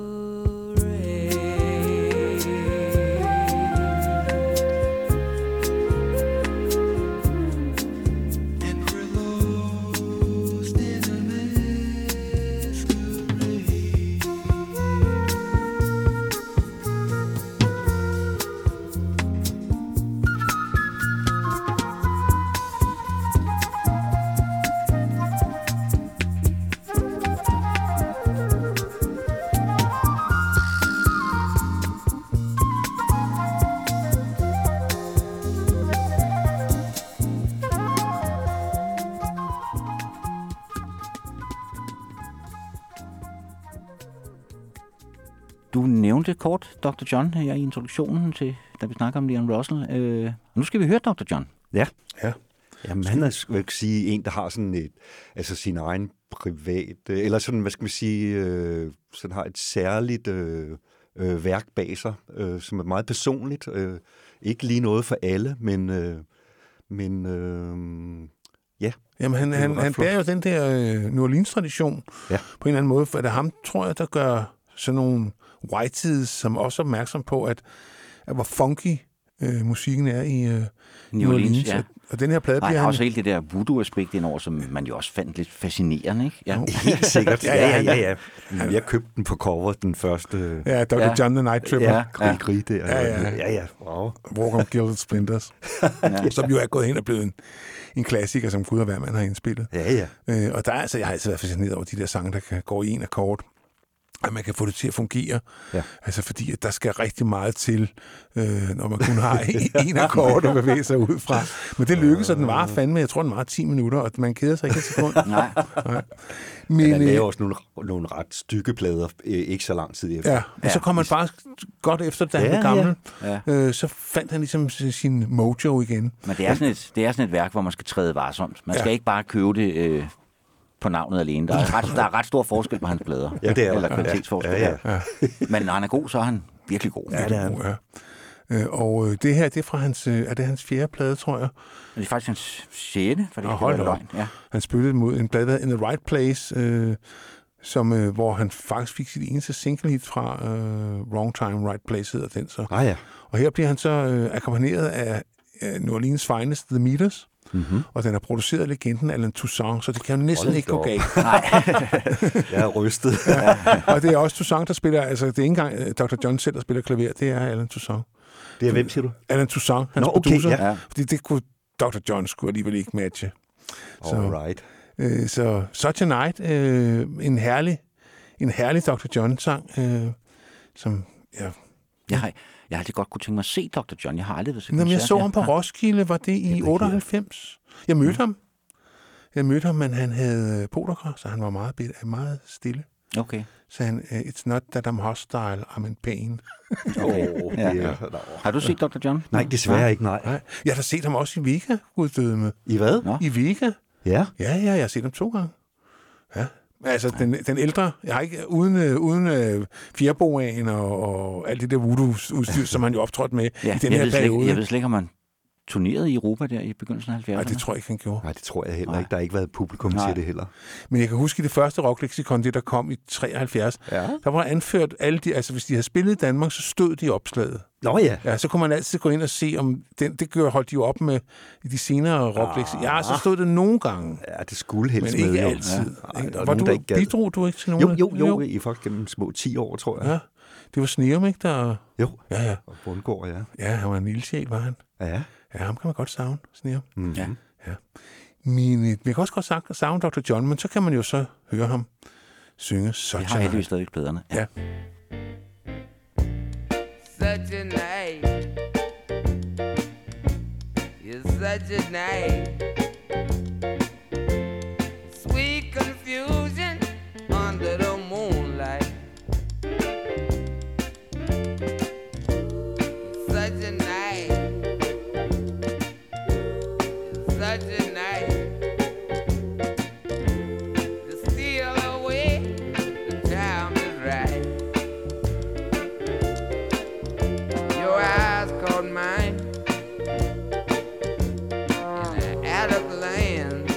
Du nævnte kort Dr. John her i introduktionen til, da vi snakker om Leon Russell. Nu skal vi høre Dr. John. Ja. Ja. Jamen, han er, vil jeg sige, en, der har sådan et, altså sin egen privat, eller sådan, hvad skal man sige, sådan har et særligt værk bag sig, som er meget personligt. Ikke lige noget for alle, men ja. Jamen, han bærer jo den der New Orleans-tradition på en eller anden måde, for det er ham, tror jeg, der gør sådan nogle whitesides, som også er opmærksom på, at hvor funky musikken er i New Orleans. Ja. Og den her plade bliver han... også helt det der voodoo-aspekt indover, som man jo også fandt lidt fascinerende, ikke? Ja. Helt sikkert. Ja. Jeg købte den på cover, den første. Ja, Dr. John the Night Tripper. Grig der. Ja. Wow. Walk on Gilded Splinters. Som jo er gået hen og blevet en klassiker, som Gud og hver mand har indspillet. Ja. Og der er altså, jeg har altid været fascineret over de der sange, der kan gå i en akkord. At man kan få det til at fungere. Ja. Altså fordi, at der skal rigtig meget til, når man kun har en akkord at bevæge sig ud fra. Men det lykkedes, og den var fandme, jeg tror, den var 10 minutter, og man keder sig ikke et sekund. Nej. Men han lavede også nogle ret stykke plader, ikke så lang tid efter. Ja, og så kom man faktisk godt efter, da han blev gammel. Ja. Så fandt han ligesom sin mojo igen. Men det er sådan et værk, hvor man skal træde varsomt. Man skal ikke bare købe det... på navnet alene. Der er ret stor forskel på hans plader. Ja, det er eller kvalitetsforskel. Ja. Men når han er god, så er han virkelig god. Ja, det er han. Ja. Og det her, det er fra hans 4. plade, tror jeg. Det er faktisk hans 6. for det Ja. Han spillede mod en plade, In the Right Place, hvor han faktisk fik sit eneste single hit fra Wrong Time, Right Place hedder den så. Ja. Og her bliver han så akkompagneret af New Orleans finest, The Meters, og den er produceret af legenden Alan Toussaint, så det kan jo næsten ikke gå galt. Nej, jeg er rystet. Og det er også Toussaint, der spiller, altså det er ikke engang Dr. John selv, der spiller klaver, det er Alan Toussaint. Det er hvem, siger du? Alan Toussaint, hans producer. Ja. Fordi det kunne Dr. John skulle alligevel ikke matche. Alright. Så Such a Night, en herlig Dr. John-sang, som... Ja. Jeg har altid godt kunne tænke mig at se Dr. John. Jeg har aldrig været til koncert. Jeg så ham på Ja. Roskilde, var det i 98. Jeg mødte ham, men han havde pokerkar, så han var meget stille. Okay. Så han, it's not that I'm hostile, I'm in pain. Har du set Dr. John? Nej, desværre ikke, nej. Jeg har set ham også i Vega, guddødeme. I hvad? Nå. I Vega. Ja? Ja, jeg har set ham 2 gange. Ja. Altså, den ældre, jeg har ikke, uden fjerboaen og alt det der voodoo-udstyr, som han jo optrådte med i den her periode. Jeg ved slet ikke, om man turnerede i Europa der i begyndelsen af 70'erne. Nej, det tror jeg ikke, han gjorde. Nej, det tror jeg heller ikke. Der har ikke været publikum til det heller. Men jeg kan huske, det første rockleksikon, det der kom i 73, der var anført alle de, altså hvis de havde spillet i Danmark, så stod de i opslaget. Nå ja. Ja, så kunne man altid gå ind og se, om det holdt de jo op med i de senere rockleksikon. Ja, så stod det nogle gange. Ja, det skulle helst men med. Men ikke altid. Ja. Bidrog du ikke til nogen? Jo, i faktisk gennem små 10 år, tror jeg. Ja, det var Sneum, ikke? Der... Jo, ja. Og Bundgaard, ja. Ja, han var en ildsjæl, var han. Ja. Ja, ham kan man godt savne, Sneum. Mm-hmm. Ja. Man kan også godt savne Dr. John, men så kan man jo så høre ham synge Such a Night. Jeg har heldigvis stadig pladerne. Ja. Such a night. It's such a night. Sweet confusion under the moonlight. Such a night. It's such a night. To steal away, the time is right. Your eyes caught mine in the attic lands.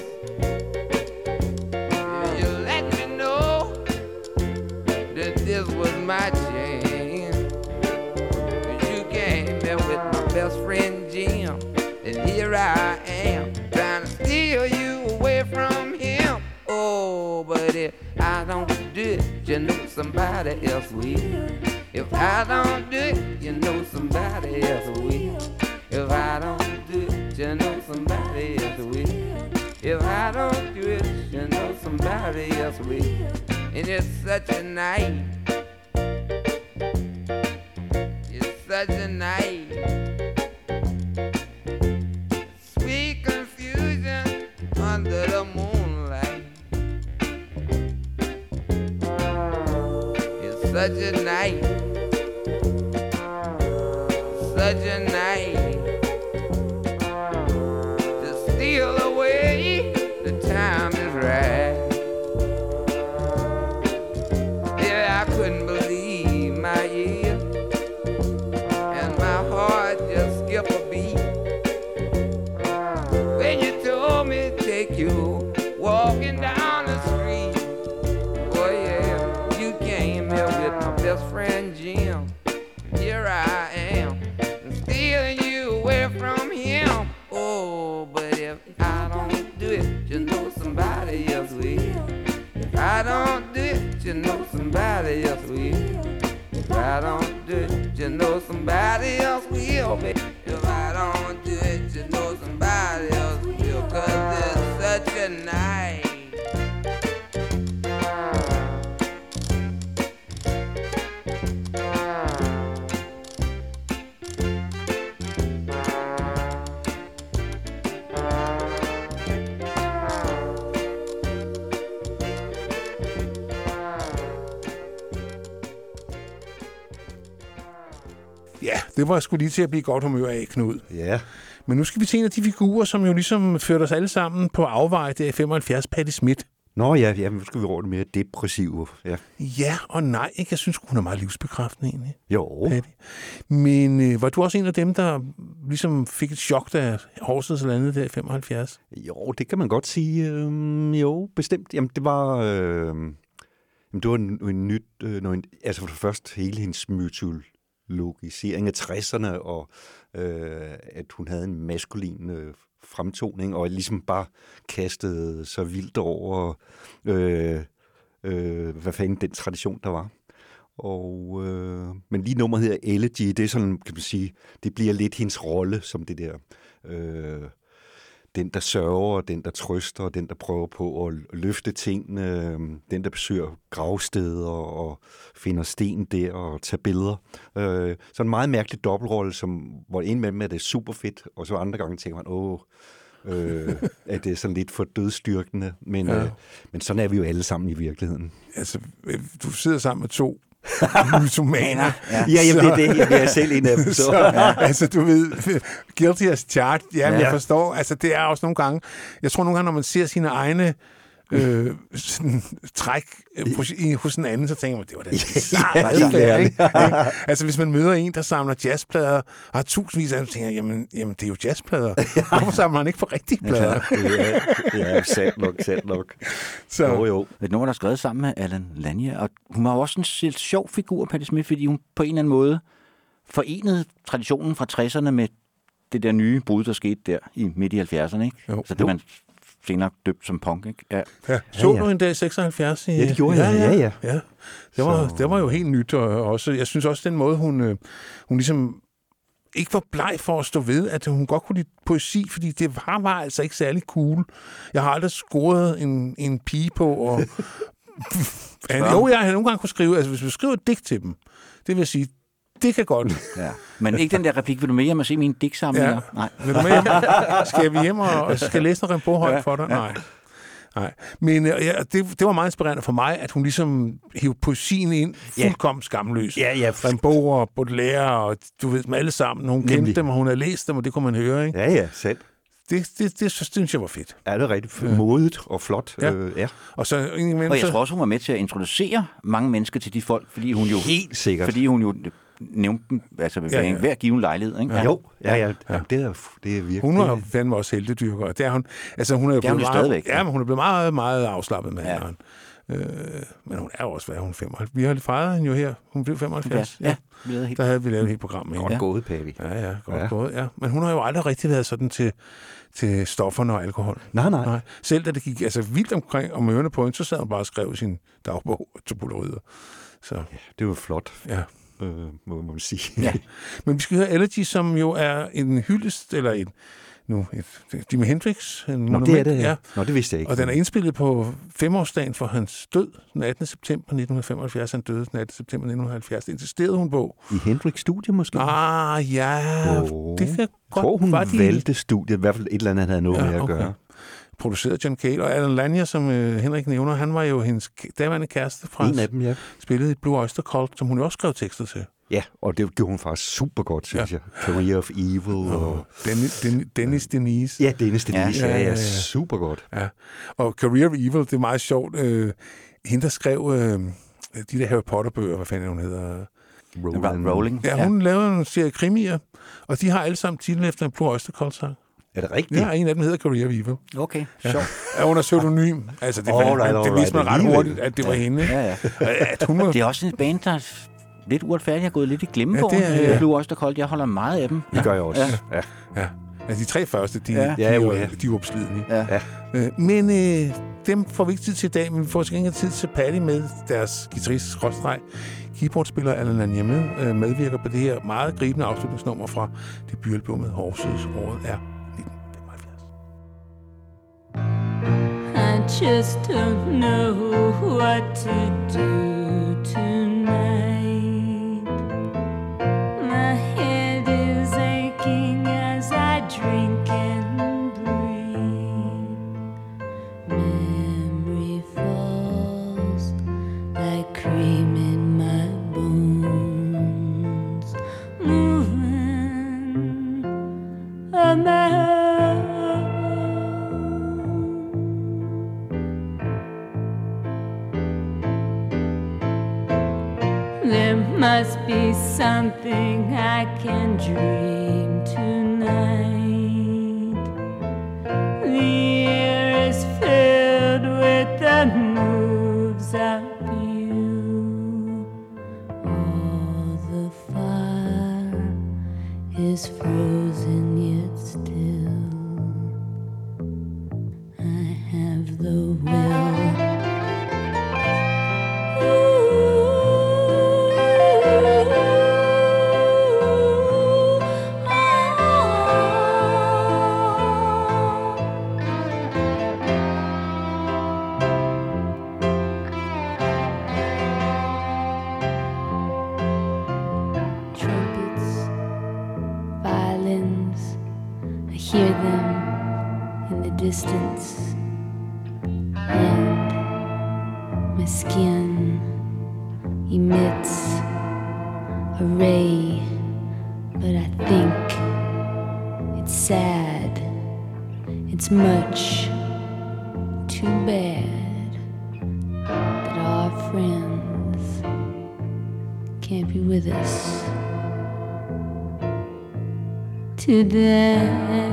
You let me know that this was my chance. You came there with my best friend Jim, and here I am trying to steal you away from him. Oh, but if I don't do it, you know somebody else will. If I don't do it, you know somebody else will. If I don't do it, you know somebody else will. If I don't do it, you know somebody else will. And it's such a night. It's such a night. Sweet confusion under the moonlight. It's such a night. Such a night to steal away, the time is right. Yeah, I couldn't believe my ears, and my heart just skipped a beat when you told me to take you walking down the street. Oh yeah, you came here with my best friend Jim. Here I am, stealing you away from him. Oh, but if I don't do it, you know somebody else will. If I don't do it, you know somebody else will. If I don't do it, you know somebody else will. If I don't do it, you know somebody else will. 'Cause it's such a night. Ja, det var sgu lige til at blive godt humør af, Knud. Ja. Men nu skal vi til en af de figurer, som jo ligesom førte os alle sammen på afvej. Det er 75, Patti Smith. Nå ja, nu skal vi over det mere depressive. Ja og nej, ikke? Jeg synes, hun er meget livsbekræftende egentlig. Jo. Patti. Men var du også en af dem, der ligesom fik et chok, da Horsens landede der i 75? Jo, det kan man godt sige. Jo, bestemt. Jamen, det var... Det var en nyt... altså for det første hele hendes mytologisering af 60'erne, og at hun havde en maskulin fremtoning, og ligesom bare kastede så vildt over, hvad fanden den tradition, der var. Men lige nummeret hedder Elegy, det er sådan, kan man sige, det bliver lidt hendes rolle som det der... den, der sørger, den, der trøster, den, der prøver på at løfte ting, den, der besøger gravsteder og finder sten der og tager billeder. Så en meget mærkelig dobbeltrolle, hvor indimellem er det super fedt, og så andre gange tænker man, at det er sådan lidt for dødstyrkende, men sådan er vi jo alle sammen i virkeligheden. Altså, du sidder sammen med to mytomaner. Ja, det er det. Jeg er selv en af dem. Så. Altså, du ved, guilty as charged, jeg forstår. Altså, det er også nogle gange, jeg tror nogle gange, når man ser sine egne træk hos en anden, så tænker man, det var da bizarre. Altså, hvis man møder en, der samler jazzplader, og har tusindvis af dem, så tænker jeg, jamen, det er jo jazzplader. Hvorfor samler han ikke på rigtige plader? Ja, sandt nok. Så. Jo. Et nummer, der er skrevet sammen med Alan Lanier, og hun var jo også en sjov figur, Patti Smith, fordi hun på en eller anden måde forenede traditionen fra 60'erne med det der nye brud, der skete der i midt i 70'erne, ikke? Jo. Så det man senere døbt som punk, ikke? Ja. Så du en dag 76? Ja, det gjorde jeg. Ja. Det var jo helt nyt, og også, jeg synes også, den måde, hun ligesom ikke var bleg for at stå ved, at hun godt kunne lide poesi, fordi det var altså ikke særlig cool. Jeg har aldrig scoret en pige på, og jeg har nogle gange kunne skrive, altså hvis du skriver et digt til dem, det vil sige, det kan godt. Ja. Men ikke den der replik, vil du med hjem og se mine digtsamlinger? Ja. Nej. Vil du med hjem? Skal vi hjem og skal læse noget Rimbaud højt for dig? Nej. Men det var meget inspirerende for mig, at hun ligesom hævde poesien ind fuldkommen skamløs. Ja. Rimbaud og Baudelaire, og du ved dem alle sammen. Hun kendte dem, og hun havde læst dem, og det kunne man høre, ikke? Ja, selv. Det synes jeg var fedt. Ja, det er rigtig modigt og flot. Ja. Og jeg tror også, hun var med til at introducere mange mennesker til de folk, fordi hun jo... Helt sikkert. Fordi hun jo nævnte dem, altså ved hver given lejlighed, ikke? Ja. Jo, ja. Det er virkelig... Hun var fandme også heltedyrker, og det er hun... Altså, hun er jo blevet meget... Stadigvæk. Ja, men hun er blevet meget, meget afslappet med hende. Men hun er jo også, hvad er hun, 75? Vi har fejret hende jo her. Hun blev 75. Ja. Der havde vi lavet et helt program med hende. Godt gået, Pavi. Ja, godt gået, ja. Men hun har jo aldrig rigtig været sådan til stofferne og alkohol. Nej. Selv da det gik vildt omkring om ørerne på hende, så sad hun bare og skrev sin dagbog til polaroider. Så. Ja, det var flot. Ja. Må man sige. Ja. Men vi skal høre Elegy, som jo er en hyldest, eller Jimi Hendrix. Det er det, ja. Nå, det vidste jeg ikke. Og den er indspillet på 5-årsdagen for hans død, den 18. september 1975. Han døde den 18. september 1970. Det insisterede hun på. I Hendrix studie måske? Det kan godt. Tror hun valgte studiet, i hvert fald et eller andet, han havde noget med at gøre. Produceret John Cale, og Alan Lanier, som Henrik nævner, han var jo hendes daværende kæreste fra... En af dem, ja. Spillede i Blue Oyster Cult, som hun jo også skrev tekster til. Ja, og det gjorde hun faktisk super godt, synes jeg. Career of Evil og... Dennis Denise. Ja, Dennis Denise, ja. Super godt. Ja, og Career of Evil, det er meget sjovt. Hende, der skrev de der Harry Potter-bøger, hvad fanden hun hedder... Rowling. Ja, hun lavede en serie krimier, og de har alle sammen titlen efter en Blue Oyster Cult-sang. Er det rigtigt? Ja, en af dem hedder Career of Evil. Okay, sjovt. Ja, under pseudonym. Altså, det viste mig ret hurtigt, at det var hende. Ja. Det er også en band, der lidt uretfærdigt har gået lidt i glemmebogen. Blue Oyster Cult. Jeg holder meget af dem. Det gør jeg også. Ja. Altså, de 3 første, de er opslidelige. Ja. Men dem får vi ikke tid til i dag, men vi får til gengæld tid til Patti med deres guitarist, keyboardspiller Alan Lanier medvirker på det her meget gribende afslutningsnummer fra debutalbummet Horses. Året er 1975. I just don't know what to do tonight. My head is aching as I drink and breathe. Memory falls like cream in my bones, moving a man. There must be something I can dream tonight. The air is filled with the moves of you. frozen yet still. I have the will. Hear them in the distance, and my skin emits a ray, but I think it's sad. It's much too bad that our friends can't be with us today.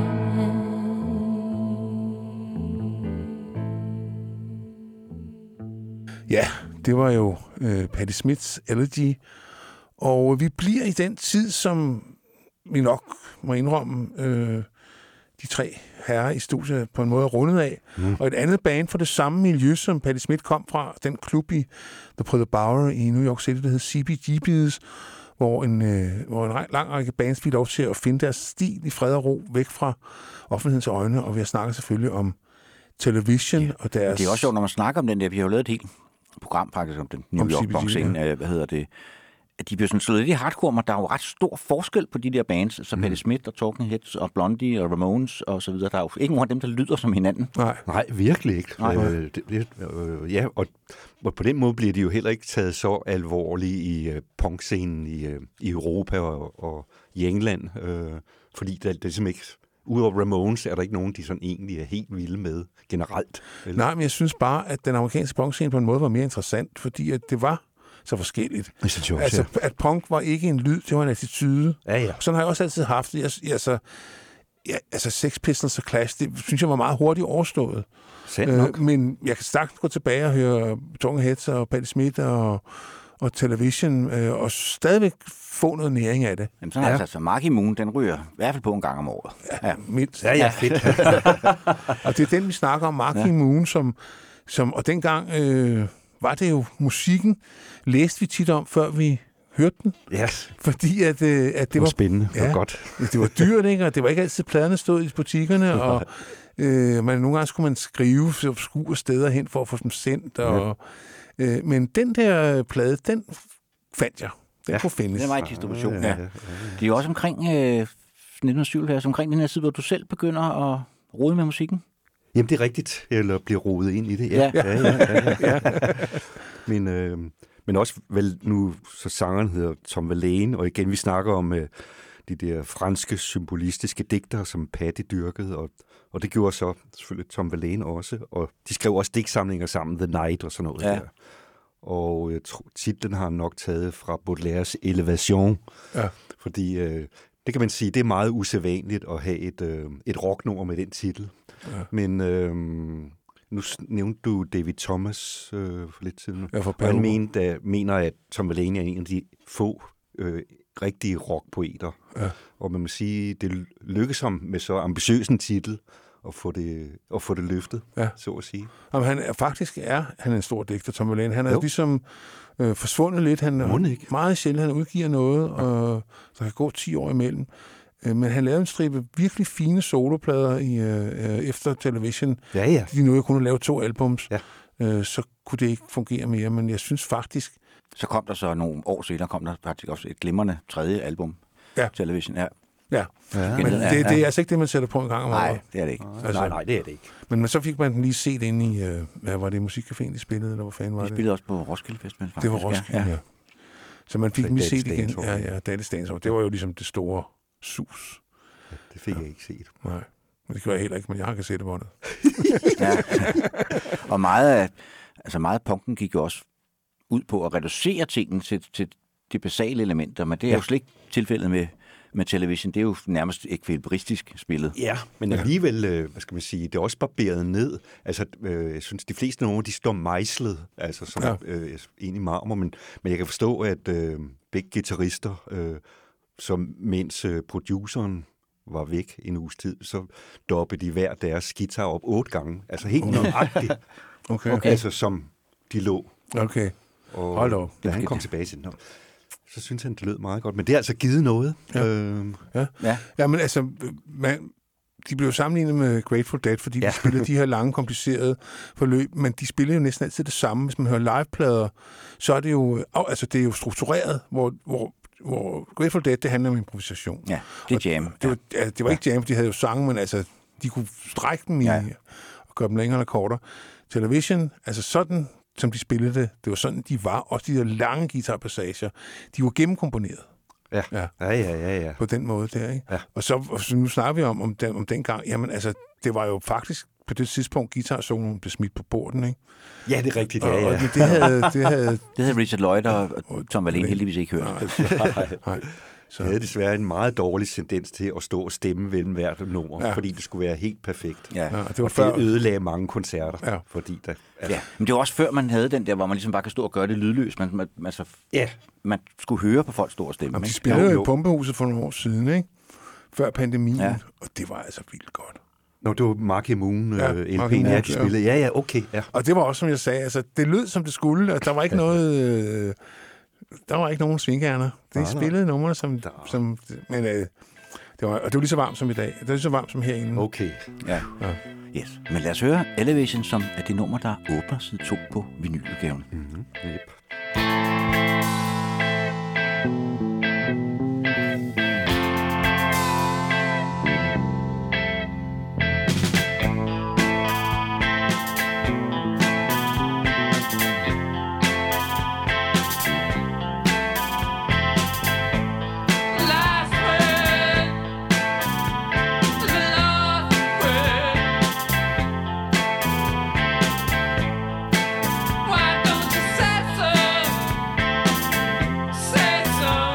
Ja, det var jo Patti Smiths Elegy, og vi bliver i den tid, som vi nok må indrømme, de tre herrer i studiet på en måde er rundet af. Og et andet band fra det samme miljø, som Patti Smith kom fra, den klub på The Bower i New York City, der hed CBGB's, hvor en lang række bands fik lov til at finde deres stil i fred og ro, væk fra offentlighedens øjne, og vi har snakket selvfølgelig om Television og deres... Det er også sjovt, når man snakker om den der, vi har jo lavet et helt program faktisk om den New York Punk-scene, at de bliver sådan slået lidt i hardcore, men der er jo ret stor forskel på de der bands, så Patti Smith og Talking Heads og Blondie og Ramones og så videre. Der er jo ikke nogen af dem, der lyder som hinanden. Nej, virkelig ikke. Ja, og på den måde bliver de jo heller ikke taget så alvorlige i punkscenen i Europa og i England, fordi det er simpelthen ikke... Udover Ramones er der ikke nogen, de sådan egentlig er helt vilde med generelt. Eller? Nej, men jeg synes bare, at den amerikanske punkscene på en måde var mere interessant, fordi at det var så forskelligt. Altså, at punk var ikke en lyd, det var en attitude. Ja. Sådan har jeg også altid haft det. Altså Sex Pistols og Clash, det synes jeg var meget hurtigt overstået. Men jeg kan sagtens gå tilbage og høre Talking Heads og Patti Smith og Television, og stadigvæk få noget næring af det. Jamen sådan altså Marky Moon, den ryger i hvert fald på en gang om året. Ja, mindst. Ja, fedt. Og det er den, vi snakker om, Marky Moon, som og dengang var det jo musikken, læste vi tit om, før vi hørte den. Yes. Fordi at det var spændende. Det var godt. Det var dyrt, ikke? Og det var ikke altid pladerne stod i butikkerne, og nogle gange skulle man skrive skure steder hen for at få dem sendt. Og, men den der plade, den fandt jeg. Den kunne findes. Det var i distribution. Ja. Det er jo også omkring 1977, omkring den her tid, hvor du selv begynder at rode med musikken. Jamen, det er rigtigt. Eller bliver rodet ind i det. Ja. Men også vel nu, så sangeren hedder Tom Verlaine, og igen, vi snakker om de der franske symbolistiske digtere, som Patti dyrkede, og det gjorde så selvfølgelig Tom Verlaine også, og de skrev også digtsamlinger sammen, The Night og sådan noget der. Og titlen har han nok taget fra Baudelaires Elevation, fordi det kan man sige, det er meget usædvanligt at have et rocknummer med den titel. Ja. Men nu nævnte du David Thomas for lidt siden, og han mener, at Tom Verlaine er en af de få rigtige rockpoeter. Ja. Og man må sige, det lykkes ham med så ambitiøs en titel at få det løftet, så at sige. Jamen, han er en stor digter, Tom Verlaine. Han er ligesom forsvundet lidt. Han er meget sjældent, han udgiver noget, og der kan gå 10 år imellem. Men han lavede en stribe virkelig fine soloplader efter Television. Ja. De nåede kun at lave 2 albums. Ja. Så kunne det ikke fungere mere, men jeg synes faktisk... Så kom der så nogle år senere, kom der faktisk også et glimrende 3. album. Television, Ja, men det er altså ikke det, man sætter på en gang om året. Nej, det er det ikke. Altså, nej, det er det ikke. Men så fik man den lige set ind i, hvad var det, Musikcaféen, de spillede, eller hvor fanden var det? De spillede også på Roskilde Festival, faktisk. Det var Roskilde, ja. Så man fik den lige set igen. Ja, Dalle Stensgaard. Det var jo ligesom det store sus. Ja, det fik jeg ikke set. Nej, men det gjorde jeg heller ikke, men jeg har kassettebåndet. Og meget punken gik jo også ud på at reducere tingene til de basale elementer, men det er jo slet ikke tilfældet med Television. Det er jo nærmest ekvilibristisk spillet. Ja, men alligevel, hvad skal man sige, det er også barberet ned. Altså, jeg synes, de fleste numre, de står mejslet, altså som egentlig marmor, men jeg kan forstå, at begge guitarister Så mens produceren var væk en uges tid, så dobbede de hver deres guitar op 8 gange. Altså helt nøjagtigt. Okay. Altså som de lå. Okay. Og Hold op. da han kom tilbage til den, så synes han, det lød meget godt. Men det er altså givet noget. Ja, men altså, de blev sammenlignet med Grateful Dead, fordi de spillede de her lange, komplicerede forløb, men de spiller jo næsten altid det samme. Hvis man hører liveplader, så er det jo, altså det er jo struktureret, hvor Grateful Dead, det handler om improvisation. Ja, det er jam. Det var ikke jam, for de havde jo sange, men altså, de kunne strække dem i og gøre dem længere eller kortere. Television, altså sådan, som de spillede det var sådan, de var. Også de der lange guitarpassager, de var gennemkomponeret. Ja. På den måde der, ikke? Ja. Og så nu snakker vi om den gang, jamen altså, det var jo faktisk på det tidspunkt, guitarsoloen blev smidt på borden, ikke? Ja, det er rigtigt, Og det havde Richard Lloyd og Tom Verlaine heldigvis ikke hørt. Nej. Så havde desværre en meget dårlig tendens til at stå og stemme ved hvert nummer, fordi det skulle være helt perfekt. Ja. Det var før... det ødelagde mange koncerter, fordi der... Ja, men det var også før, man havde den der, hvor man ligesom bare kan stå og gøre det lydløst. Man skulle høre på folk stå og stemme. Jamen, de spillede jo i Pumpehuset for nogle år siden, ikke? Før pandemien, og det var altså vildt godt. Nå, det var Mark Moon, LP'en, de spillede. Ja, okay. Ja. Og det var også, som jeg sagde, altså, det lød, som det skulle, og der var ikke noget... Der var ikke nogen svingærner. De spillede numre, men det var lige så varmt som i dag. Det var lige så varmt som herinde. Okay. Ja. Yes. Men lad os høre Elevation, som er det nummer, der åbner side 2 på vinyludgaven. Mm-hmm. Yep. Why don't you say so?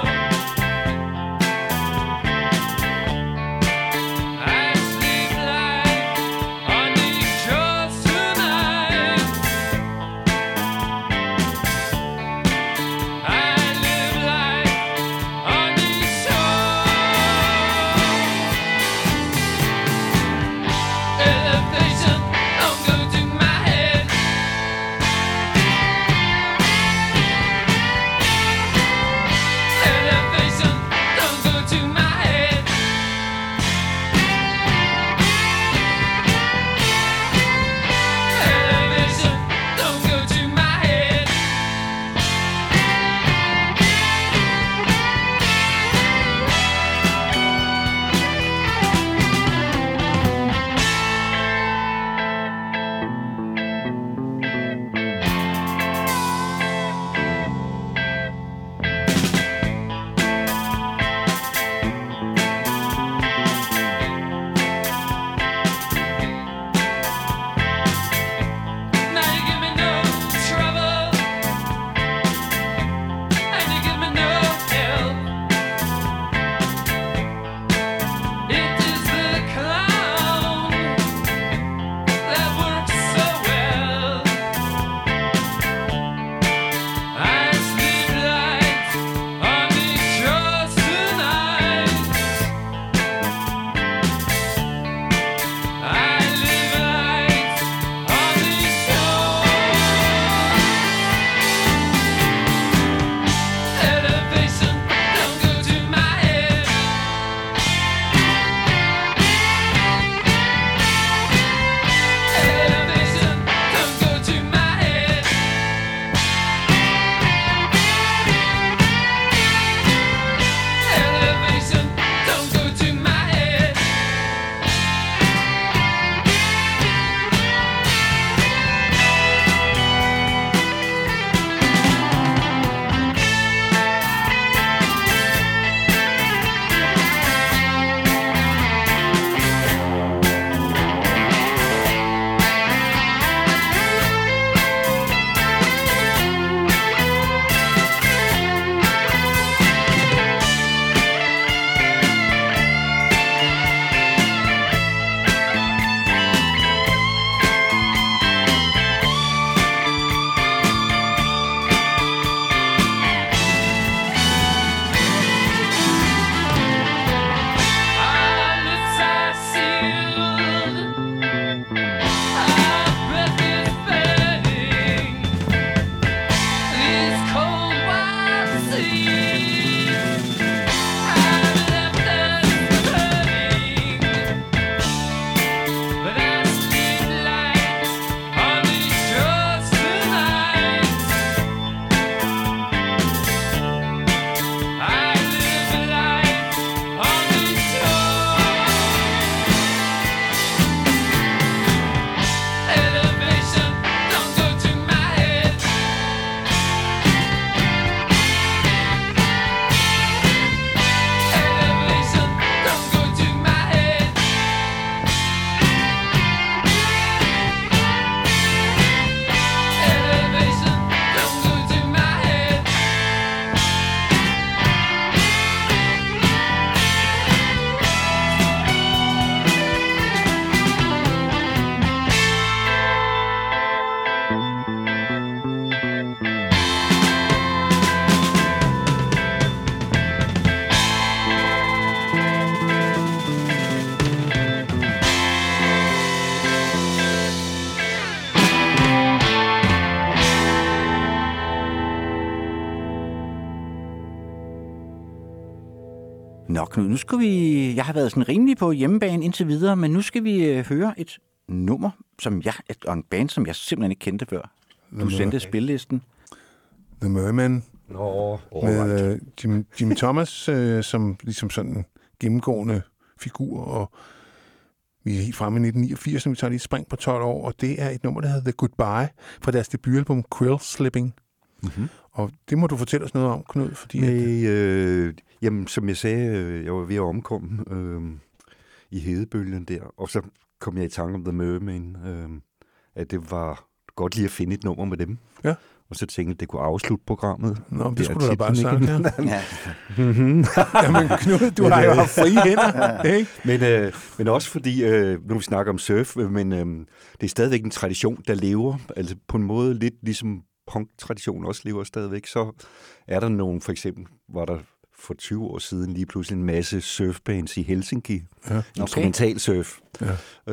Nå Knud, nu skal vi... Jeg har været sådan rimelig på hjemmebane indtil videre, men nu skal vi høre et nummer, og en band, som jeg simpelthen ikke kendte før. Du sendte spillelisten. The Merman. Med Jimmy Thomas som ligesom sådan en gennemgående figur, og vi er helt fremme i 1989, når vi tager lige et spring på 12 år, og det er et nummer, der hedder The Goodbye, fra deres debutalbum Quill Slipping. Mm-hmm. Og det må du fortælle os noget om, Knud, fordi... Jamen, som jeg sagde, jeg var ved at omkomme i hedebølgen der, og så kom jeg i tanke om The Merman, at det var godt lige at finde et nummer med dem. Ja. Og så tænkte jeg, at det kunne afslutte programmet. Nå, det skulle du da bare sagt, ja. Jamen Knud, du har jo haft frie hænder, ikke? Men også fordi, nu vi snakker om surf, men det er stadigvæk en tradition, der lever. Altså på en måde lidt ligesom punk-traditionen også lever stadigvæk. Så er der nogen, for eksempel var der for 20 år siden lige pludselig en masse surfbands i Helsinki. Ja. Instrumentalsurf. Ja.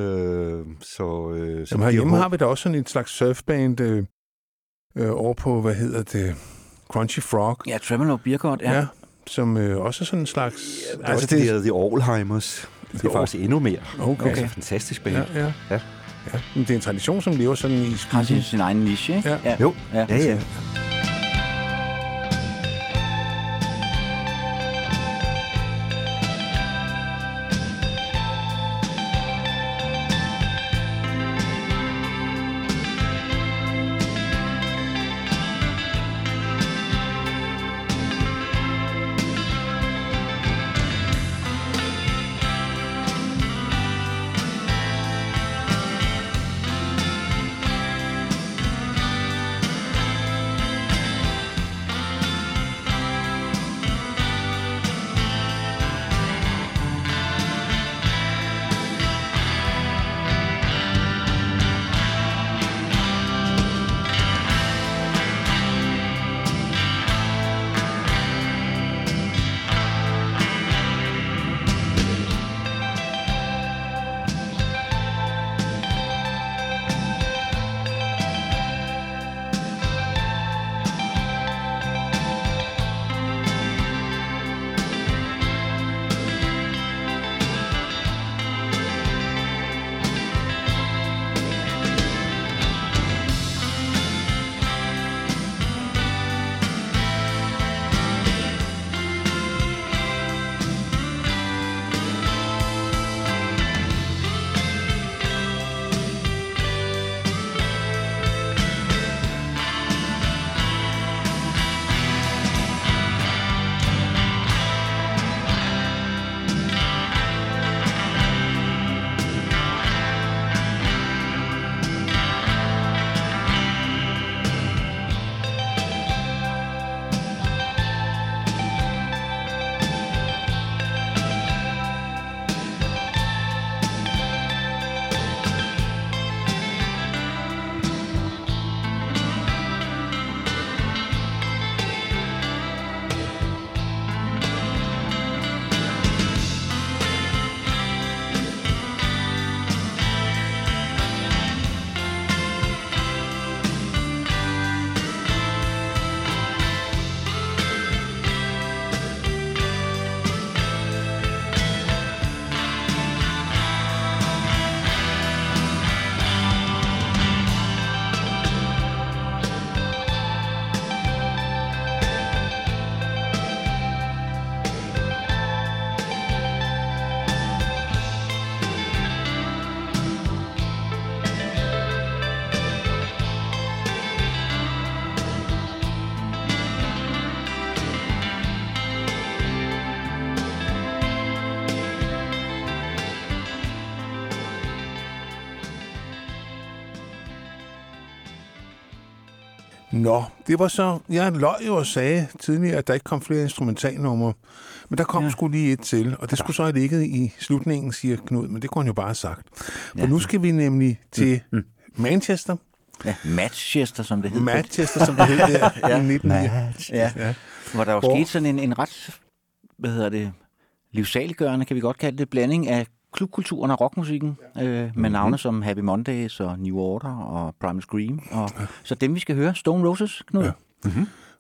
Jamen herhjemme har vi da også sådan en slags surfband over på, hvad hedder det, Crunchy Frog. Ja, Tremolo Birkort, ja. Som også er sådan en slags... Ja, altså det er The Allheimers. Det er faktisk endnu mere. Okay. Altså fantastisk band. Ja. Men det er en tradition, som lever sådan i... Har sin egen niche, ikke? Ja. Jo. Ja. Nå, det var så... Jeg løj jo og sagde tidligere, at der ikke kom flere instrumentalnumre. Men der kom sgu lige et til, og det skulle så have ligget i slutningen, siger Knud, men det kunne han jo bare have sagt. For nu skal vi nemlig til Manchester. Ja, Manchester, som det hed. Manchester, som det hed der i 1990. Ja. Hvor der jo skete sådan en ret, livsaliggørende, kan vi godt kalde det, blanding af klubkulturen og rockmusikken, med navne som Happy Mondays og New Order og Primal Scream. Og så dem, vi skal høre, Stone Roses, Knud. Ja.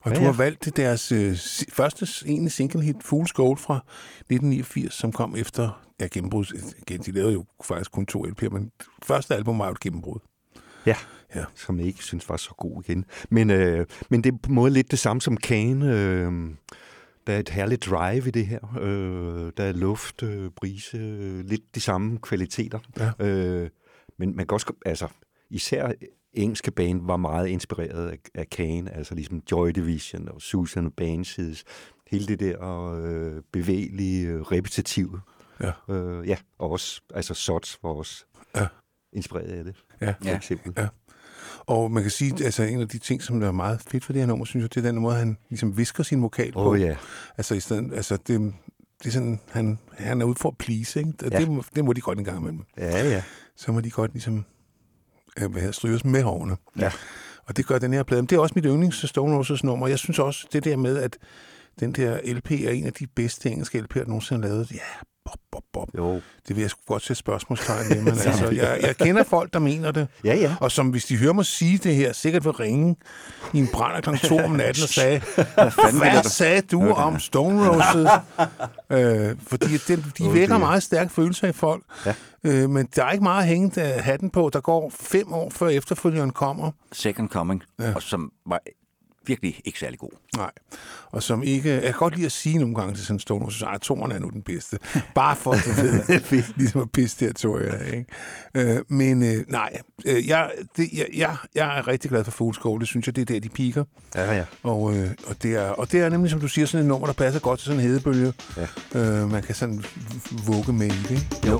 Og du har valgt det deres første egentlige single hit, Fool's Gold fra 1989, som kom efter gennembrud. De lavede jo faktisk kun 2 LP'er, men første album var jo et gennembrud. Ja, som jeg ikke synes var så god igen. Men det er på en måde lidt det samme som Can. Der er et herligt drive i det her. Der er luft, brise, lidt de samme kvaliteter. Ja. Men man kan også, altså især engelske band var meget inspireret af Can, altså ligesom Joy Division og Susan Banses. Hele det der bevægelige, repetitive. Ja. Og også, altså Sots var også inspireret af det. Ja, for eksempel. Ja. Og man kan sige, altså en af de ting, som er meget fedt for det her nummer, synes jeg, det er den måde, han ligesom visker sin vokal på. Altså i stedet, altså det er sådan, han er ude for at please, ikke? Det må de godt en gang imellem. Ja. Så må de godt ligesom stryges med hårene. Ja. Og det gør den her plade. Det er også mit yndlings Stone Roses nummer. Jeg synes også, det der med, at den der LP er en af de bedste engelske LP'er, der nogensinde har lavet. Ja, Bob. Jo. Det vil jeg sgu godt sætte spørgsmålstegn ved, men altså, jeg kender folk, der mener det. Ja. Og som, hvis de hører mig sige det her, sikkert vil ringe i en brænder kl. 2 om natten og sagde, hvad sagde du om Stone Roses? Fordi de vækker meget stærke følelser i folk. Ja. Men der er ikke meget at hænge hatten på. Der går 5 år, før efterfølgeren kommer. Second Coming, og som var virkelig ikke særlig god. Nej. Og som ikke... Jeg kan godt lide at sige nogle gange til sådan en Stone Roses, at toren er nu den bedste. Bare for at du ved, ligesom at pisse territoriet af, ikke? Jeg er rigtig glad for Fool's Gold. Det synes jeg, det er der, de piker. Ja. Og det er nemlig, som du siger, sådan et nummer, der passer godt til sådan en hedebølge. Ja. Man kan sådan vugge med i det, ikke? Jo.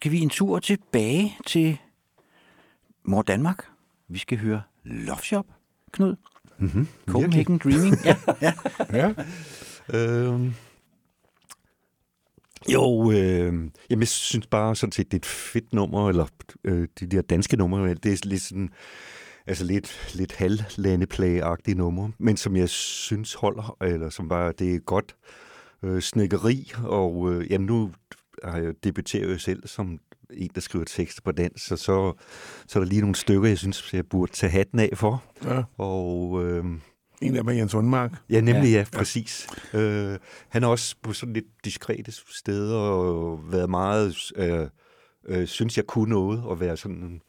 skal vi en tur tilbage til Mor Danmark. Vi skal høre Love Shop, Knud. Mm-hmm. Copenhagen Dreaming. Ja. Ja. Jamen, jeg synes bare sådan set, det er et fedt nummer, eller de der danske numre, det er lidt sådan, altså lidt halvlandeplay-agtige numre, men som jeg synes holder, eller som bare, det er godt snikkeri, og jamen nu debuterer jeg selv som en, der skriver tekster på dansk, så er der lige nogle stykker, jeg synes, jeg burde tage hatten af for. Ja. Og en af med Jens Undmark. Ja, nemlig ja, præcis. Han er også på sådan lidt diskrete steder og været meget, synes jeg kunne noget, og være sådan,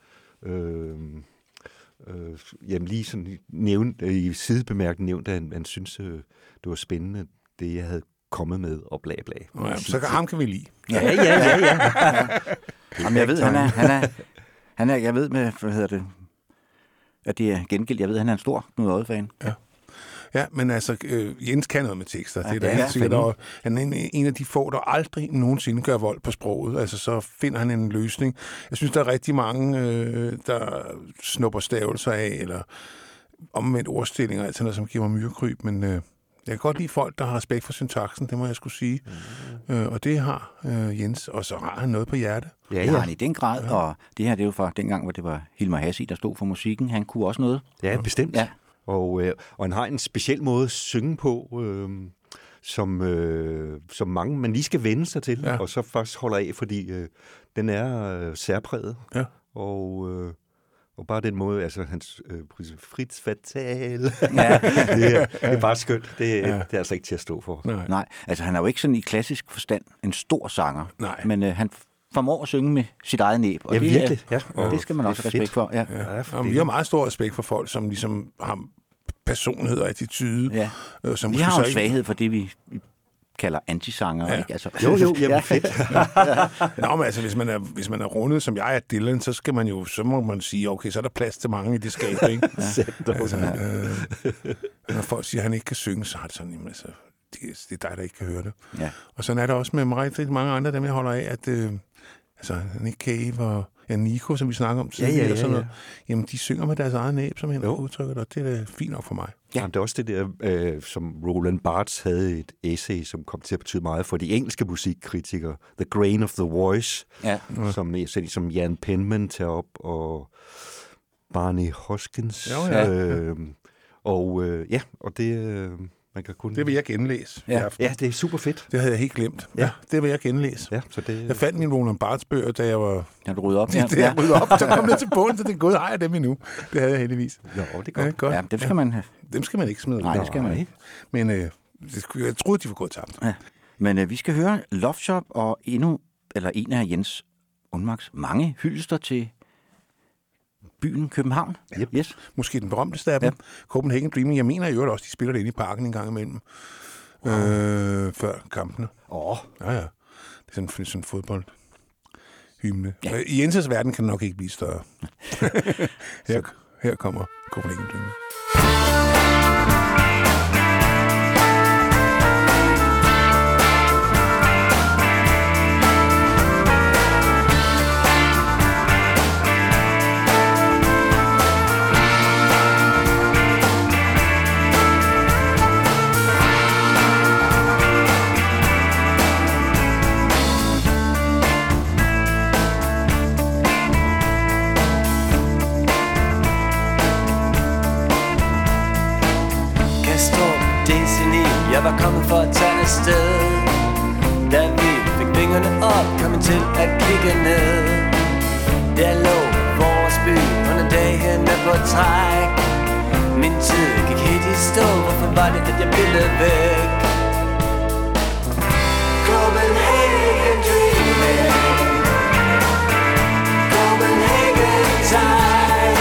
jamen lige sådan nævnt, i sidebemærkningen nævnt, at han synes, det var spændende, det jeg havde kommet med, og bla bla. Ja, så ham kan vi lide. Ja. Jamen, jeg ved, han er, jeg ved med, hvad hedder det, at det er gengæld, jeg ved, han er en stor Knud Odde-fan. Ja. Ja, men altså, Jens kan noget med tekster. Ja, det er helt sikkert. Han er en af de få, der aldrig nogensinde gør vold på sproget. Altså, så finder han en løsning. Jeg synes, der er rigtig mange, der snupper stavelser af, eller omvendt ordstillinger, altså noget, som giver mig myrekryb, men jeg kan godt lide folk, der har respekt for syntaksen, det må jeg skulle sige. Og det har Jens, og så har han noget på hjerte. Ja, det har han i den grad, og det her, det er jo fra dengang, hvor det var Hilmar Hassi, der stod for musikken. Han kunne også noget. Ja, bestemt. Ja. Og han har en speciel måde at synge på, som mange, man lige skal vende sig til, og så faktisk holder af, fordi den er særpræget. Ja. Og bare den måde, altså hans Fritz Fatal, det er bare skønt. Det er altså ikke til at stå for. Nej, altså han er jo ikke sådan i klassisk forstand en stor sanger, men han formår at synge med sit eget næb. Og virkelig. Det skal man også have respekt for. Ja. Vi har meget stor respekt for folk, som ligesom har personlighed og attitude. Ja. Som vi har jo en svaghed for det, vi kalder antisanger, ikke? Altså. Jo, jamen fedt. Nå, men altså, hvis man er rundet, som jeg er Dylan, så må man sige, okay, så er der plads til mange i det skab, ikke? Når folk siger, at han ikke kan synge, så er det sådan, altså, det er dig, der ikke kan høre det. Ja. Og sådan er det også med rigtig mange andre, dem jeg holder af, at Nick Cave og Nico, som vi snakker om tidligere, og sådan noget, jamen de synger med deres eget næb, som jeg udtrykker det, og det er fint nok for mig. Ja, det er også det der, som Roland Barthes havde et essay, som kom til at betyde meget for de engelske musikkritikere, The Grain of the Voice, som Jan Penman tager op, og Barney Hoskins. Og det... Man kan kun... Det vil jeg genlæse. Ja, det er super fedt. Det havde jeg helt glemt. Ja, det vil jeg genlæse. Ja, så det... Jeg fandt min Roland Barthes bøger, da jeg var... Ja, du ryddede op. Jeg ryddede op, så kom jeg til bunden, så det er gået, har jeg dem endnu. Det havde jeg heldigvis. Jo, det er godt. Ja, dem skal man have. Dem skal man ikke smide. Nej, det skal man ikke. Men jeg troede, de var gået tabt. Ja. Men vi skal høre Love Shop og en af Jens Undmarks mange hyldester til byen København. Yep. Yes. Måske den berømteste af dem. Copenhagen Dreaming. Jeg mener i øvrigt også, de spiller det inde i parken en gang imellem. Før kampene. Ja. Det er sådan en fodboldhymne. Ja. I Jenses verden kan det nok ikke blive større. her kommer Copenhagen Dreaming. Jeg var kommet for at tage afsted. Da vi fik fingrene op, kom jeg til at kigge ned. Der lå vores by under dagene på træk. Min tid gik helt i stå. Hvorfor var det, at jeg ville væk? Copenhagen dreaming, Copenhagen time,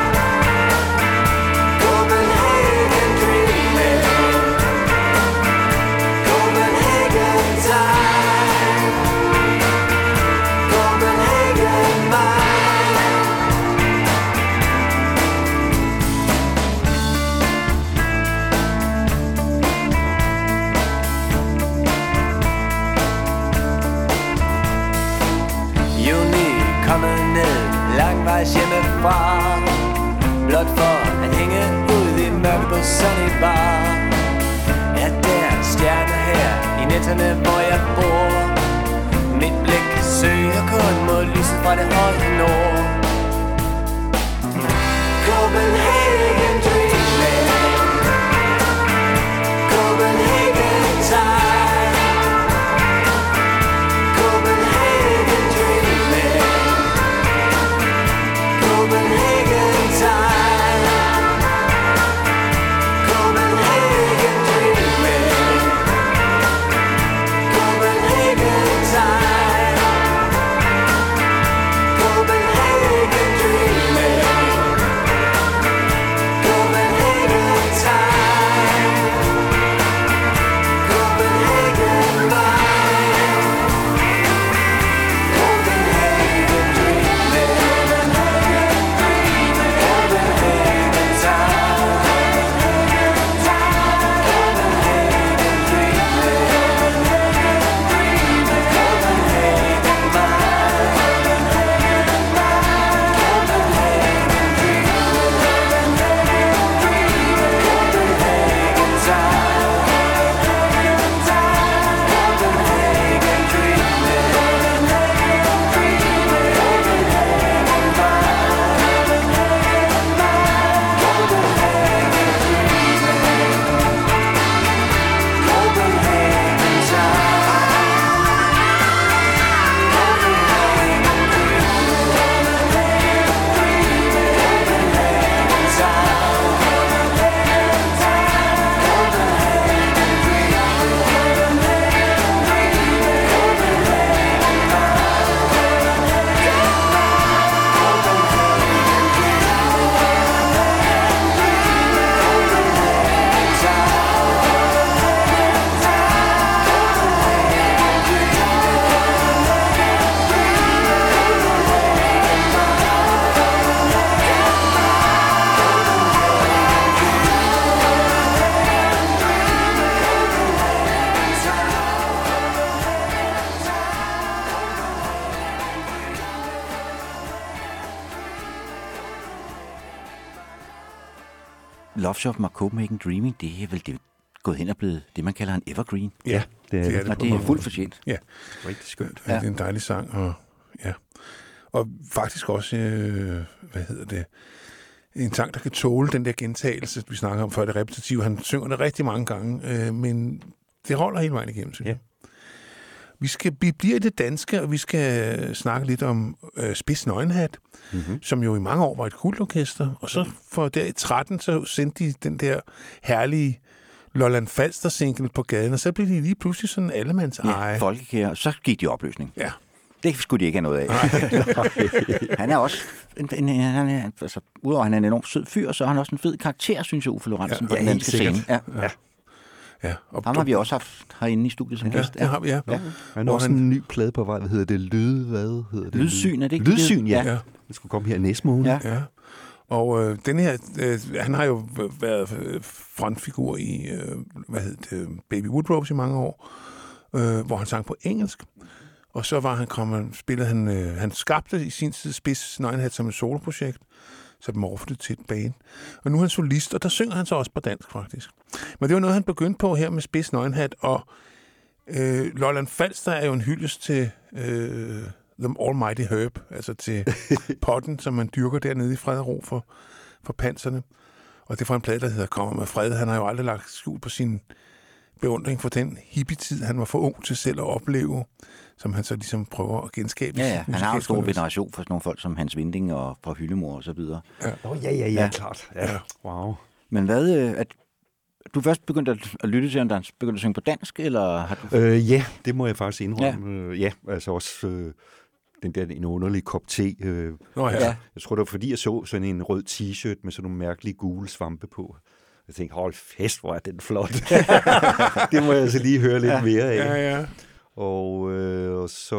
Copenhagen dreaming, Copenhagen time, Copenhagen mind. fra. Blot for at hænge ud i mørke på Sunny Bar. Er der stjerner her i nætterne, hvor jeg bor? Mit blik søger kun mod lyset fra det høje nord. Copenhagen dreaming, Copenhagen time, Copenhagen dreaming, Copenhagen time, Copenhagen dreaming, Copenhagen time, Copenhagen dreaming. Love Shop med Copenhagen Dreaming, det er vel det gået hen og blevet det, man kalder en evergreen. Ja, det er det. Og det er fuldt fortjent. Ja. Rigtig skønt. Ja. Det er en dejlig sang, og ja. Og faktisk også, en sang, der kan tåle den der gentagelse, vi snakker om før, det repetitive. Han synger det rigtig mange gange, men det holder hele vejen igennem, synes jeg. Vi bliver i det danske, og vi skal snakke lidt om Spids Nøgenhat, som jo i mange år var et kultorkester, og så for der i 13, så sendte de den der herlige Lolland Falster-single på gaden, og så blev de lige pludselig sådan allemands eje. Ja, folkekære, og så gik de i opløsning. Ja. Det skulle de ikke have noget af. Han er også, altså, udover at han er en enormt sød fyr, så er han også en fed karakter, synes jeg, Uffe Lorentzen, på den danske scene. Ja. Ham har vi også haft herinde i studiet som gæst. Ja, har vi, ja. Han har også en ny plade på vej, hvad hedder det? Lydsyn, er det ikke? Lydsyn, ja. Det skulle komme her næste måned. Ja. Og den her, han har jo været frontfigur i, Baby Woodrose i mange år, hvor han sang på engelsk. Og så var han skabte i sin tid Spids Nøgenhat som et soloprojekt, så det morfede til et band. Og nu er han solist, og der synger han så også på dansk, faktisk. Men det var noget, han begyndte på her med Spids Nøgenhat, og Lolland Falster er jo en hyldest til The Almighty Herb, altså til potten, som man dyrker dernede i fred og ro for panserne. Og det er fra en plade, der hedder Kommer med fred. Han har jo aldrig lagt skjul på sin beundring for den hippie-tid, han var for ung til selv at opleve, som han så ligesom prøver at genskabe. Ja, han har en stor veneration for sådan nogle folk som Hans Vinding og fra Hyllemor og så videre. Ja, klart. Ja. Wow. Men hvad, du først begyndt at lytte til, om der begyndte at synge på dansk, eller har du... Ja, det må jeg faktisk indrømme. Ja, altså også den der en underlig kop te. Jeg tror, det var fordi, jeg så sådan en rød t-shirt med sådan nogle mærkelige gule svampe på. Jeg tænkte, hold fest, hvor er den flot. Det må jeg altså lige høre lidt mere af. Ja. Og så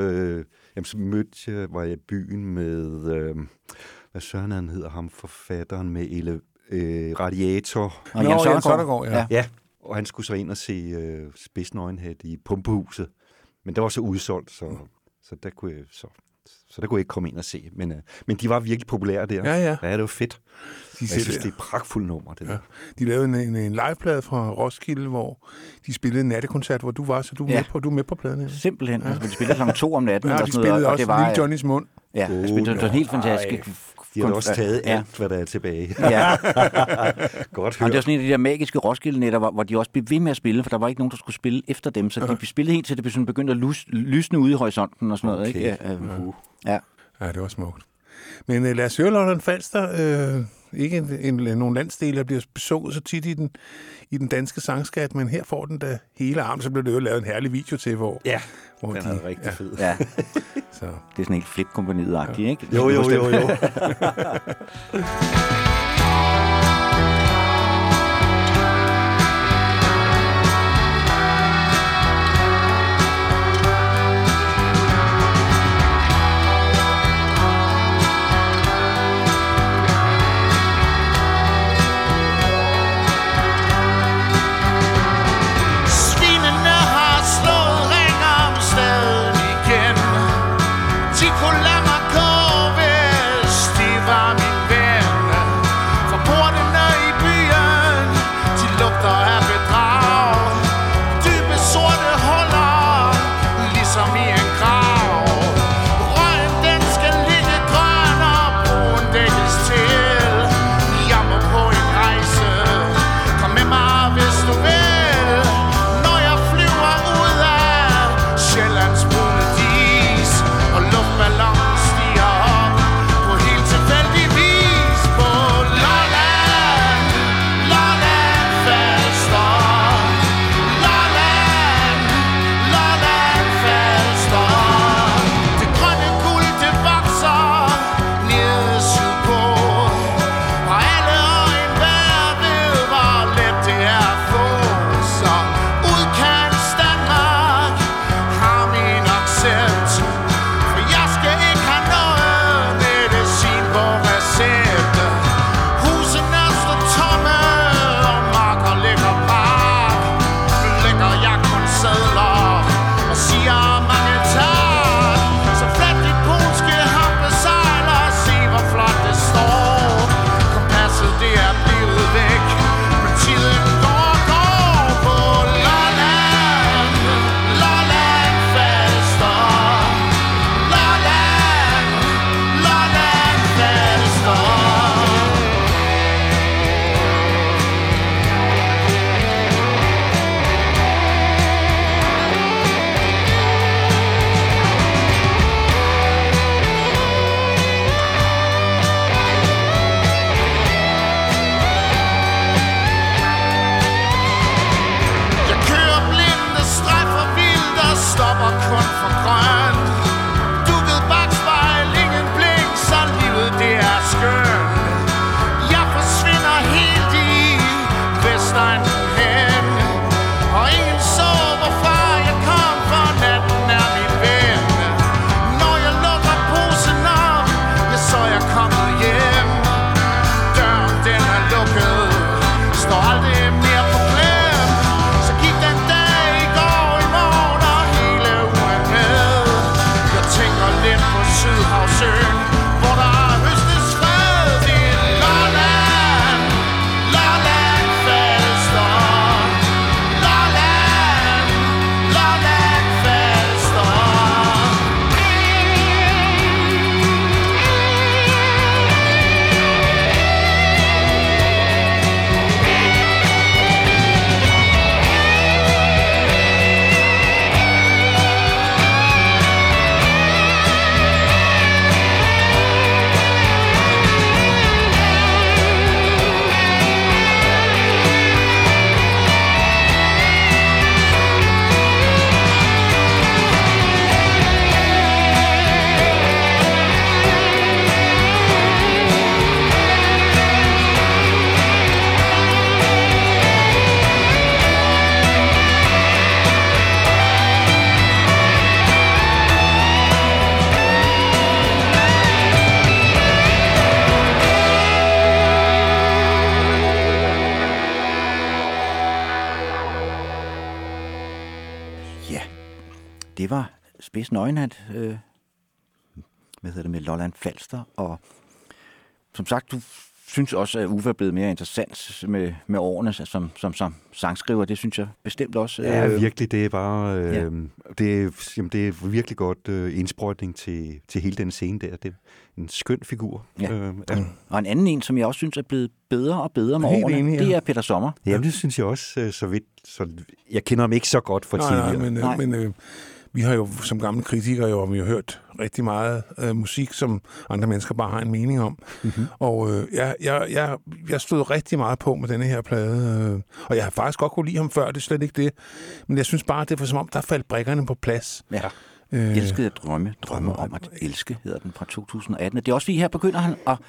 var jeg i byen med, hvad søren han hedder, ham forfatteren med Radiator. Og Jan Søndergaard, ja. Og han skulle så ind og se Spids Nøgenhat i Pumpehuset. Men det var så udsolgt, så der kunne jeg Så der kunne jeg ikke komme ind og se. Men de var virkelig populære der. Ja. Ja, det var fedt. Jeg synes, det er et pragtfuldt nummer. Det der. De lavede en liveplade fra Roskilde, hvor de spillede en nattekoncert, hvor du var, så du er med på pladen. Ja. Simpelthen. Altså, de spillede kl. 2 om natten. Ja, og de sådan spillede noget, også Lille Johnnys mund. Ja, det var helt fantastisk. De har også taget alt, hvad der er tilbage. Ja. Godt hørt. Det var sådan en af de der magiske Roskilde-nætter, hvor de også blev ved med at spille, for der var ikke nogen, der skulle spille efter dem, så de spillede helt til det begyndte at lysne ude i horisonten og sådan noget. Ikke? Ja, det var smukt. Men lad os høre Lolland Falster. Ikke nogen landsdel, der bliver besunget så tit i den danske sangskat, men her får den da hele armen, så blev det jo lavet en herlig video til, hvor den de er rigtig fed. Ja. Så. Det er sådan helt Flip-kompaniet-agtigt, ikke? Jo. Svinene har slået ring om staden igen. De kunne lade mig gå, hvis de var min ven. For portene i byen, de lugter af bedrag. Dybe sorte huller, ligesom i en grav. Røgen den skal ligge grøn og brun dækkes til. Jeg må på en rejse, kom med mig hvis du vil. Når jeg flyver ud af Sjællands brune dis, og luftballonen stiger op på helt tilfældig vis. På Lolland, Lolland Falster. Lolland, Lolland Falster. Det grønne guld, det vokser nede sydpå, og alle og enhver ved, hvor let det er at få. Så udkants Danmark har min accept, for jeg skal ikke have noget medicin på recept. Husene står tomme, og marker ligger brak. Nu lægger jeg kun sadler og siger mange tak. Så flat de polske hampesejler, se hvor flot det står. Kompasset det er blevet væk, men tiden går på Lolland, Lolland Falster. Lolland, Lolland Falster. Jeg kører blinde, strejfer vildt og stopper kun for grønt. Dukket bakspejl, ingen blink, så livet det er skønt. Jeg forsvinder helt i Vestegnen hen, og ingen så, hvorfra jeg kom, for natten er min ven. Når jeg lukker posen op, ja, så er jeg kommet hjem. Døren den er lukket, står aldrig mere på klem. Så gik den dag i går, i morgen og hele ugen med. Jeg tænker lidt på Sydhavsøen, hvor der høstes fred. Det er Lolland, Lolland Falster. Lolland, Lolland Falster. Det var Spids Nøgenhat med Lolland Falster, og som sagt, du synes også, at Uffe er blevet mere interessant med årene som sangskriver. Det synes jeg bestemt også. Ja, virkelig. Det er bare det er virkelig godt indsprøjtning til hele den scene der. Det er en skøn figur. Ja. Og en anden en, som jeg også synes er blevet bedre og bedre med årene, det er Peter Sommer. Ja, det synes jeg også, så vidt. Så jeg kender ham ikke så godt fra tidligere. Men vi har jo som gamle kritikere vi har hørt rigtig meget musik, som andre mennesker bare har en mening om. Mm-hmm. Og jeg stod rigtig meget på med denne her plade. Og jeg har faktisk godt kunne lide ham før, det er slet ikke det. Men jeg synes bare, det var som om, der faldt brikkerne på plads. Ja. Elskede at drømme om at elske, hedder den fra 2018. Det er også fordi, her begynder han at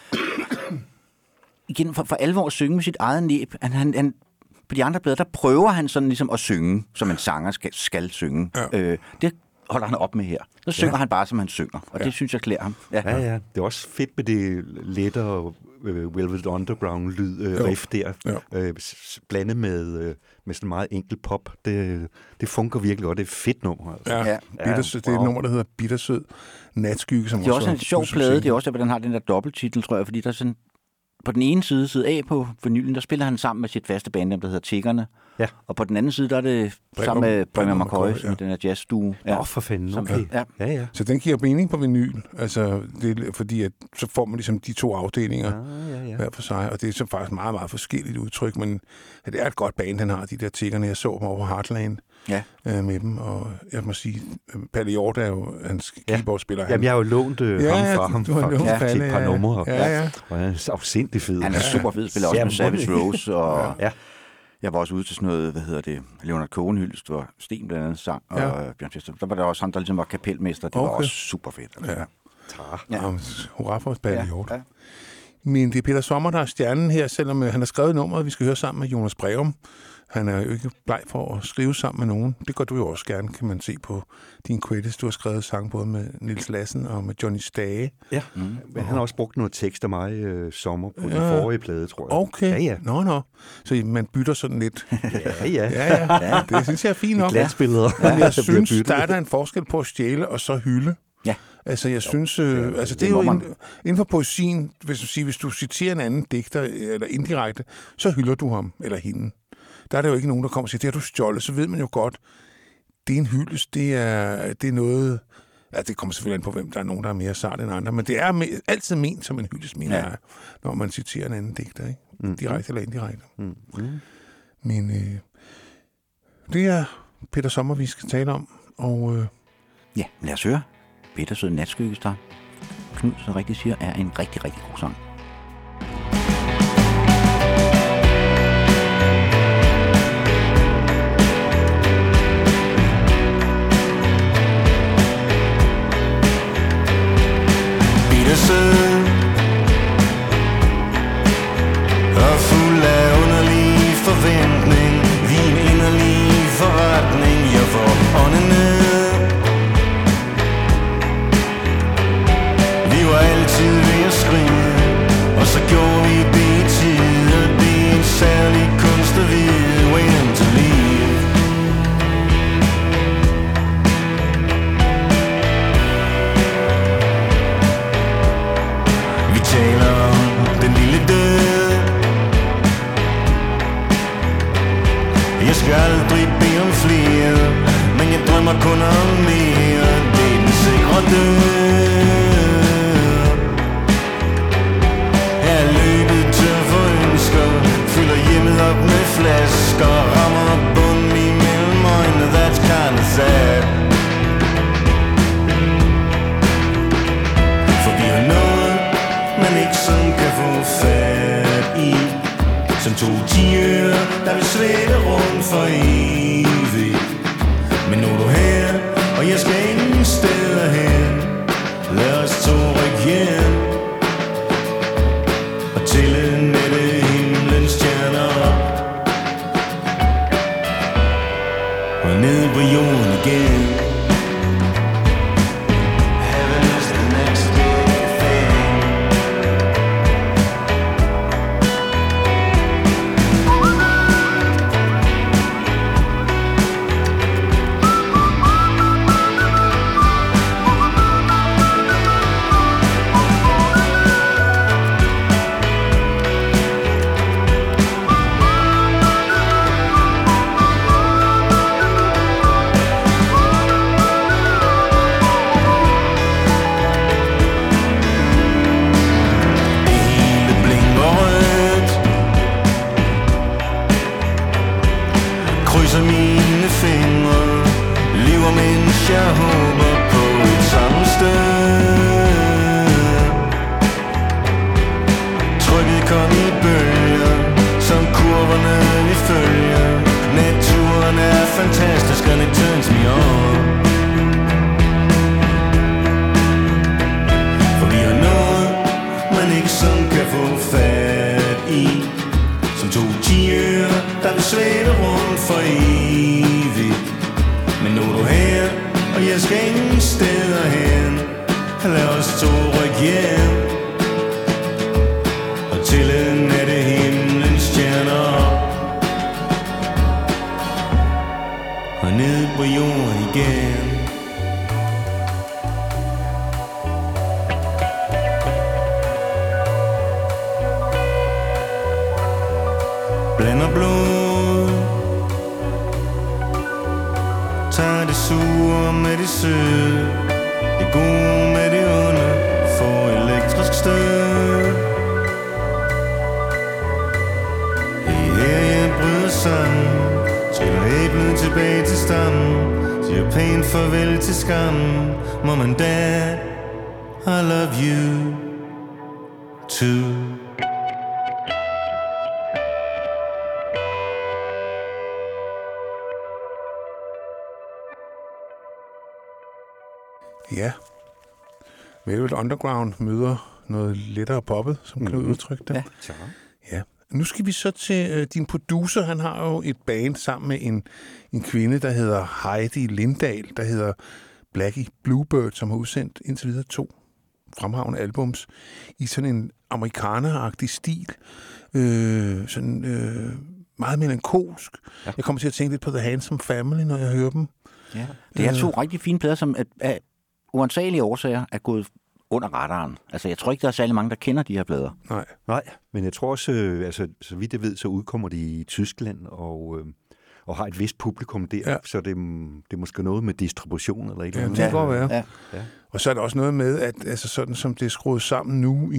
igen for alvor at synge med sit eget næb. Han på de andre plader, der prøver han sådan ligesom at synge, som en sanger skal synge. Ja. Det holder han op med her. Så synger han bare, som han synger, og det synes jeg klæder ham. Ja. Det er også fedt med det lettere Velvet Underground-lyd, riff der, blandet med sådan meget enkel pop. Det fungerer virkelig godt. Det er et fedt nummer. Altså. Ja. Bittersød, det er et nummer, der hedder Bittersød Natskygge. Som det er også en sjov plade. Det er også, at den har den der dobbelttitel, tror jeg, fordi der er sådan på den ene side A på vinylen, der spiller han sammen med sit faste band, der hedder Tiggerne. Ja. Og på den anden side, der er det sammen med Bremer McCoy, som den her jazzduo. Ja. For fanden, okay. Ja. Så den giver mening på vinyl, altså, fordi at, så får man ligesom de to afdelinger hver for sig, og det er så faktisk meget, meget forskelligt udtryk, men det er et godt band, den har, de der Tiggerne. Jeg så dem over Heartland med dem, og jeg må sige, Palle Hjort er jo hans keyboardspiller. Jamen, jeg har jo lånt ham fra ham til et par numre, og han er afsindig fed. Han er super fed, spiller også med Savage Rose, og jeg var også ude til sådan noget, Leonard Cohen-hyldest, hvor Sten blandt andet sang, og Bjørn Fester. Der var der også ham, der ligesom var kapelmester. Det var også super fedt. Altså. Ja. Hurra for Palle Hjort. Ja. Men det er Peter Sommer, der er stjernen her, selvom han har skrevet nummeret, vi skal høre sammen med Jonas Breum. Han er jo ikke bleg for at skrive sammen med nogen. Det gør du jo også gerne, kan man se på dine credits. Du har skrevet sang både med Niels Lassen og med Johnny Stage. Ja, men han har også brugt noget tekst af mig Sommer på den forrige plade, tror jeg. Okay, Nå. Så man bytter sådan lidt. Ja. Det synes jeg er fint nok. Glansbilleder. Men jeg synes, der er en forskel på at stjæle og så hylde. Ja. Altså, jeg synes, det er jo inden for poesien, hvis du citerer en anden digter, eller indirekte, så hylder du ham eller hende. Der er der jo ikke nogen, der kommer og siger, det har du stjålet, så ved man jo godt, det er en hyldest, det er noget, ja, det kommer selvfølgelig an på, hvem der er nogen, der er mere sart end andre, men det er altid ment som en hyldest, mener jeg, når man citerer en anden digter, ikke? Direkte eller indirekte. Men det er Peter Sommer, vi skal tale om, og ja, lad os høre. Bittersød Natskygge, der Knud, som rigtig siger, er en rigtig, rigtig god sang. Bittersød og fuld af underlig forventning, din inderlige forretning, jeg får åndene. Vi var altid ved at skrive, og så gjorde vi det i tid, og det er en særlig kunst at vide, when to leave. Vi taler om den lille død. Jeg skal aldrig bede om flere, men jeg drømmer kun om mere. Det er den sikre død. Jeg er løbet tør for ønsker, fylder hjemmet op med flasker, rammer bunden imellem øjnene, that's kinda sad. For vi har noget, man ikke sådan kan få fat i, som to tiger, der vil svæve rundt for evigt. Men nu er du her, og jeg skal ingen steder hen. Lad os to rykke hjem og tælle nette himlens stjerner op og ned på jorden igen. Heaven is the next big thing. bølger, som kurverne vi følger. Naturen er fantastisk, and it turns me on. For vi har noget, man ikke sådan kan få fat i. Som to tiger, der vil svæve rundt for evigt. Men nu er du her, og jeg skal ingen steder hen. Lad os to rykke hjem og tænde natte himlens stjerner og ned på jorden igen. Blander blod, tager det sure med det søde, det gode med det onde, får elektrisk stød. Her jeg bryder sammen, triller æblet tilbage til stammen, siger pænt farvel til skammen. Mom and dad, I love you too. Ja. Velvet Underground møder noget lettere poppet, som Knud udtrykte. Ja, så. Ja. Nu skal vi så til din producer. Han har jo et band sammen med en kvinde, der hedder Heidi Lindahl, der hedder Blackie Bluebird, som har udsendt indtil videre 2 fremragende albums i sådan en amerikaneragtig stil. Meget melankolsk. Ja. Jeg kommer til at tænke lidt på The Handsome Family, når jeg hører dem. Ja. Det er 2 rigtig fine plader, som af uansagelige årsager er gået under radaren. Altså, jeg tror ikke, der er særlig mange, der kender de her plader. Nej, men jeg tror også, altså, så vidt jeg ved, så udkommer de i Tyskland og har et vist publikum der, ja. Så det er måske noget med distribution eller et eller andet. Ja, det kan godt være. Ja. Ja. Og så er der også noget med, at altså, sådan som det er skruet sammen nu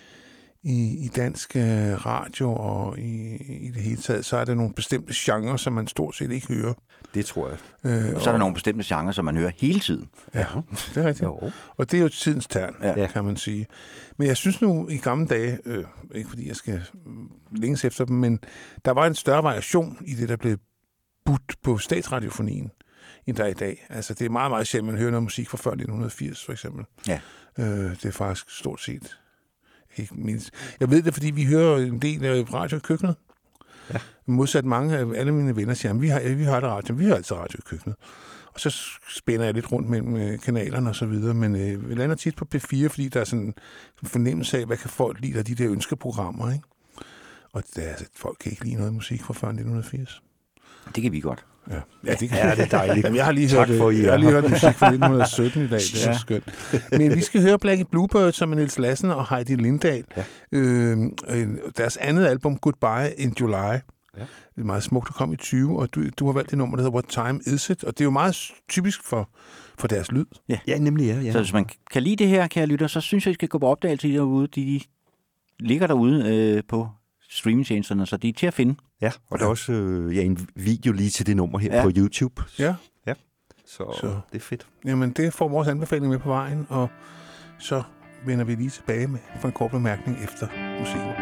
i dansk radio og i det hele taget, så er der nogle bestemte genrer, som man stort set ikke hører. Det tror jeg. Og så er der nogle bestemte genrer, som man hører hele tiden. Ja, det er rigtigt. Jo. Og det er jo tidens tern, kan man sige. Men jeg synes nu, i gamle dage, ikke fordi jeg skal længes efter dem, men der var en større variation i det, der blev budt på statsradiofonien, end der i dag. Altså, det er meget, meget sjældent, man hører noget musik fra før 1980, for eksempel. Ja. Det er faktisk stort set ikke mindst. Jeg ved det, fordi vi hører en del af radio i køkkenet. Ja. Modsat mange af alle mine venner siger, at vi har det radio, vi har altid radio i køkkenet. Og så spænder jeg lidt rundt mellem kanalerne og så videre, men vi lander tit på P4, fordi der er sådan en fornemmelse af, hvad kan folk lide af de der ønskeprogrammer, ikke? Og folk kan ikke lide noget musik fra før 1980. Det kan vi godt. Ja, det kan det er dejligt. Jamen, jeg har lige hørt musik fra 1917 i dag, det er så skønt. Men vi skal høre Blackie Bluebird, som er Niels Lassen og Heidi Lindahl. Ja. Deres andet album, Goodbye in July. Ja. Det er meget smukt, der kom i 20, og du har valgt det nummer, der hedder What Time Is It? Og det er jo meget typisk for deres lyd. Ja, nemlig, ja. Så hvis man kan lide det her, kære lytter, så synes jeg, I skal gå på opdagelse i derude. De ligger derude på streamingtjenesterne, så de er til at finde. Ja, og der er også en video lige til det nummer her på YouTube. Ja. Så det er fedt. Jamen, det får vores anbefaling med på vejen, og så vender vi lige tilbage med for en kort bemærkning efter musikken.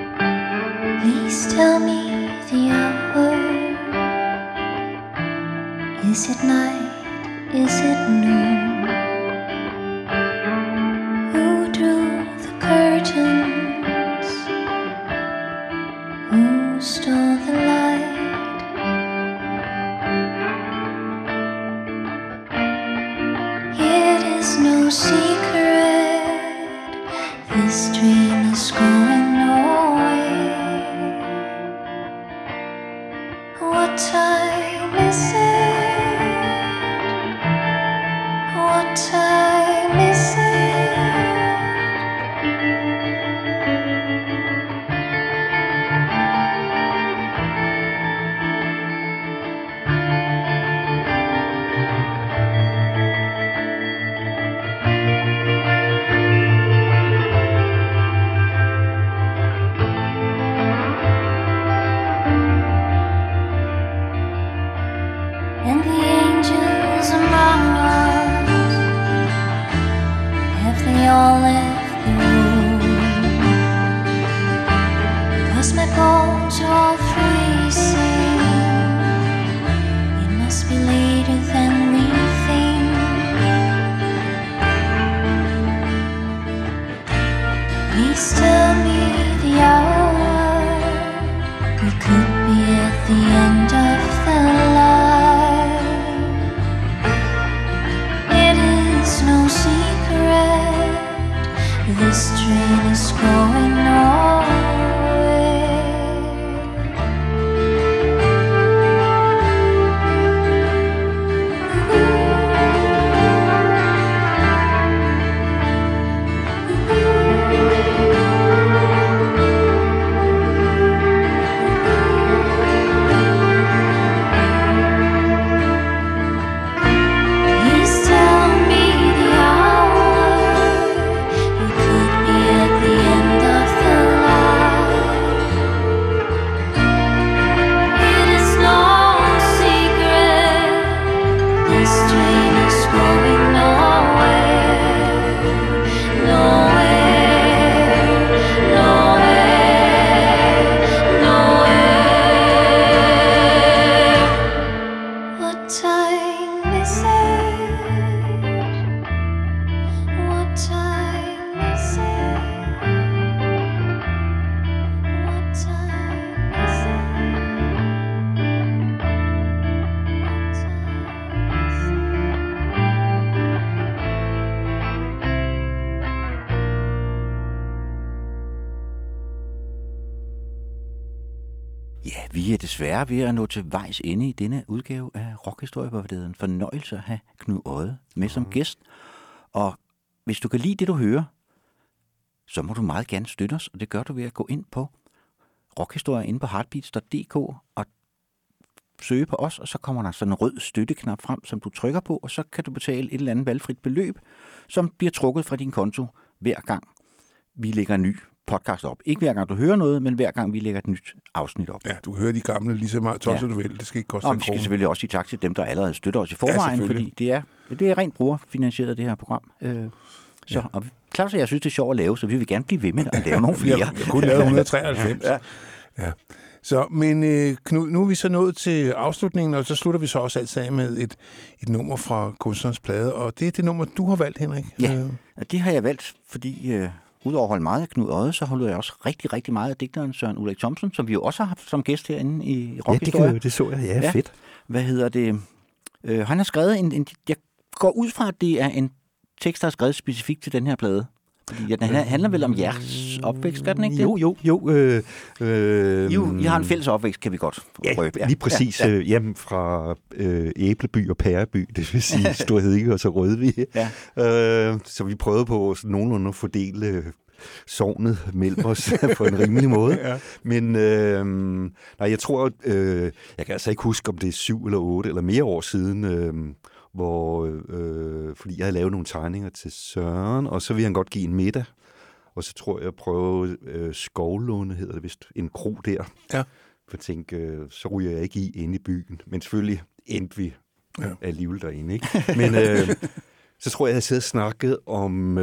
Please tell me the hour. Is it night? Is it noon? Who drew the curtains? Who stole the light? It is no secret, this dream is going nowhere. What time is it? What time is it? my bones all freezing. It must be later than we think. Please tell me the hour. We could be at the end of the line. It is no secret. This train is going nowhere. Please tell me the hour. We could be at the end of the line. It is no secret. This train is going nowhere. Nowhere. Nowhere. Nowhere. What time is it? What time is it? What time is it? Ja, vi er desværre ved at nå til vejs ende i denne udgave af Rockhistorie, hvor det er en fornøjelse at have Knud Odde med som gæst. Og hvis du kan lide det, du hører, så må du meget gerne støtte os, og det gør du ved at gå ind på Rockhistorie inde på heartbeats.dk og søge på os, og så kommer der sådan en rød støtteknap frem, som du trykker på, og så kan du betale et eller andet valgfrit beløb, som bliver trukket fra din konto hver gang vi lægger en ny podcast op. Ikke hver gang du hører noget, men hver gang vi lægger et nyt afsnit op. Ja, du hører de gamle lige så meget tosset du vil. Det skal ikke koste en Vi skal krone. selvfølgelig også sige tak til dem, der allerede støtter os i forvejen, fordi det er rent brugerfinansieret, det her program. Og klart, jeg synes, det er sjovt at lave, så vi vil gerne blive ved med at lave nogle flere. Jeg kunne lave 193. Ja. Så, men Knud, nu er vi så nået til afslutningen, og så slutter vi så også altid af med et nummer fra kunstnerens plade, og det er det nummer, du har valgt, Henrik. Ja, og det har jeg valgt, fordi udover at holde meget af Knud Odde, så holder jeg også rigtig, rigtig meget af digteren Søren Ulrik Thomsen, som vi jo også har haft som gæst herinde i Rockhistorie. Ja, det så jeg. Ja, fedt. Hvad hedder det? Han har skrevet jeg går ud fra, at det er en tekst, der er skrevet specifikt til den her plade. Fordi den handler vel om jeres opvækst, gør den ikke det? Jo. I har en fælles opvækst, kan vi godt røbe. Ja, lige præcis. Hjem fra Æbleby og Pæreby, det vil sige Storhedike og så Rødvig. Ja. Så vi prøvede på sådan nogenlunde at fordele sognet mellem os på en rimelig måde. Ja. Men jeg tror, jeg kan altså ikke huske, om det er 7 eller 8 eller mere år siden, fordi jeg havde lavet nogle tegninger til Søren, og så ville han godt give en middag. Og så tror jeg prøvede Skovlunde, hedder det vist, en kro der. Ja. For jeg tænkte, så ryger jeg ikke inde i byen. Men selvfølgelig endte vi alligevel derinde, ikke? Men så tror jeg havde siddet og snakket om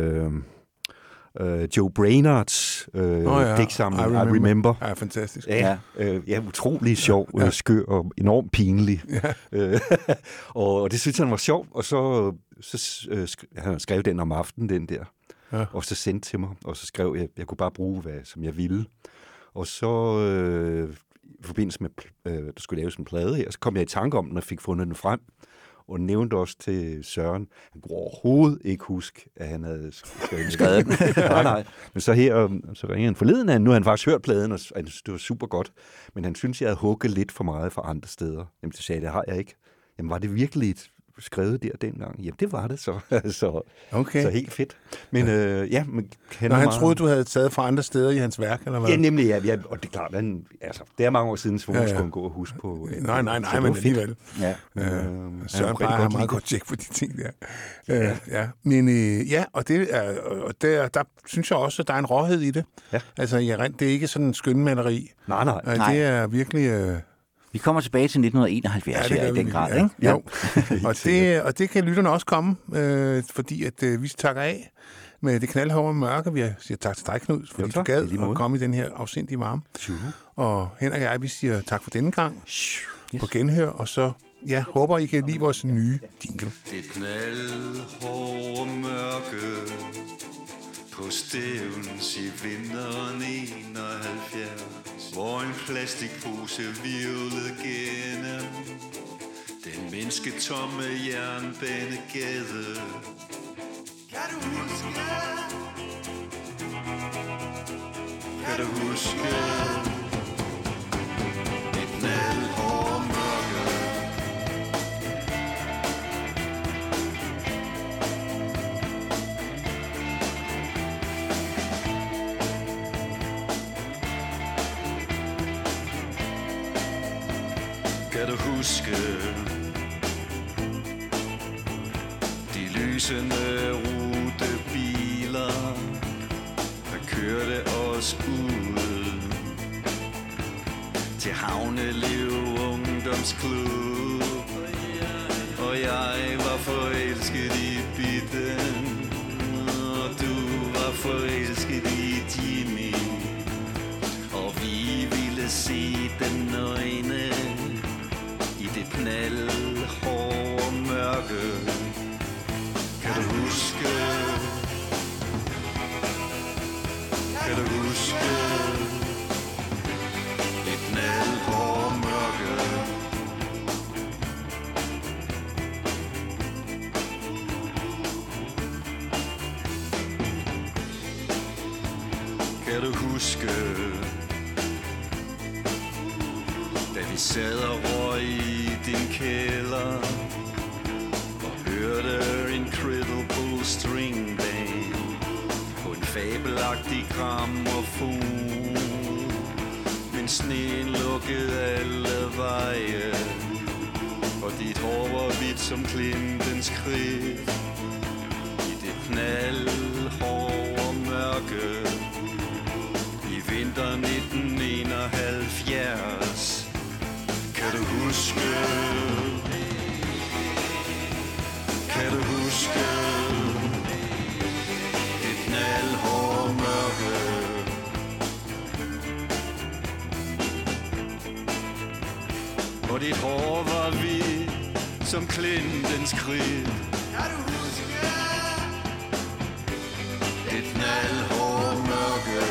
Joe Brainards digtsamling, I Remember. Ja, fantastisk. Ja, utrolig sjov, skør og enormt pinlig. Ja. Og det synes han var sjovt, og så han skrev den om aftenen, den der. Ja. Og så sendte til mig, og så skrev jeg kunne bare bruge, som jeg ville. Og så i forbindelse med, der skulle laves en plade her, så kom jeg i tanke om den, og fik fundet den frem. Og nævnte også til Søren, han kunne overhovedet ikke huske, at han havde skrevet den. nej. Men så her, så ringer han forleden af, nu har han faktisk hørt pladen, og han synes, det var super godt. Men han synes, jeg havde hugget lidt for meget fra andre steder. Jamen, så sagde jeg, det har jeg ikke. Jamen, var det virkelig skrevet der dengang? Jamen, det var det så. Så helt fedt. Men men han troede, du havde taget fra andre steder i hans værk, eller hvad? Ja, nemlig, ja. Og det er klart, det er mange år siden, så man skulle gå og huske på. Nej, men alligevel. Ja. Søren bare har meget godt tjek på de ting der. Men og det er, og der synes jeg også, at der er en råhed i det. Ja. Altså, det er ikke sådan en skønmaleri. Nej. Det er virkelig... Vi kommer tilbage til 1971 her i den grad, ikke? Jo, og det kan lytterne også komme, fordi at vi takker af med det knaldhårde mørke. Vi siger tak til dig, Knud, fordi du gad at komme i den her afsindige varme. Og Henrik og jeg, vi siger tak for denne gang. På genhør, og så håber I kan lide vores nye jingle. Det knaldhårde mørke på Stevns i vinteren 71, hvor en plastikpose virvlede gennem den mennesketomme jernbanegade. Kan du huske? Kan du huske? Det knaldhårde mørke. Kan du huske de lysende rutebiler, der kørte os ud til Havneliv Ungdomsklub? Og jeg var forelsket i Bitten, og du var forelsket i Jimmy, og vi ville se den nøgne i det knaldhårde mørke. Kan du huske? Kan du huske? Det knaldhårde mørke. Kan du huske, da vi sad og røg i din kælder og hørte Incredible String Band på en fabelagtig grammofon, men sneen lukkede alle veje, og dit hår var hvidt som klintens kridt i det knaldhårde mørke i vinter 1971. Kan du huske? Kan du huske det knaldhårde mørke? Og dit hår var hvidt som klintens kridt. Kan du huske det knaldhårde mørke?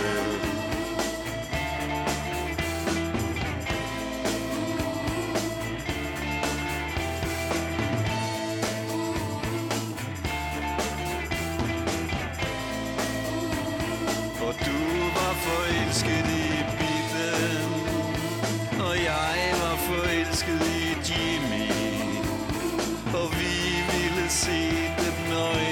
Forelsket i Bitten, og jeg var forelsket i Jimmy, og vi ville se den nøje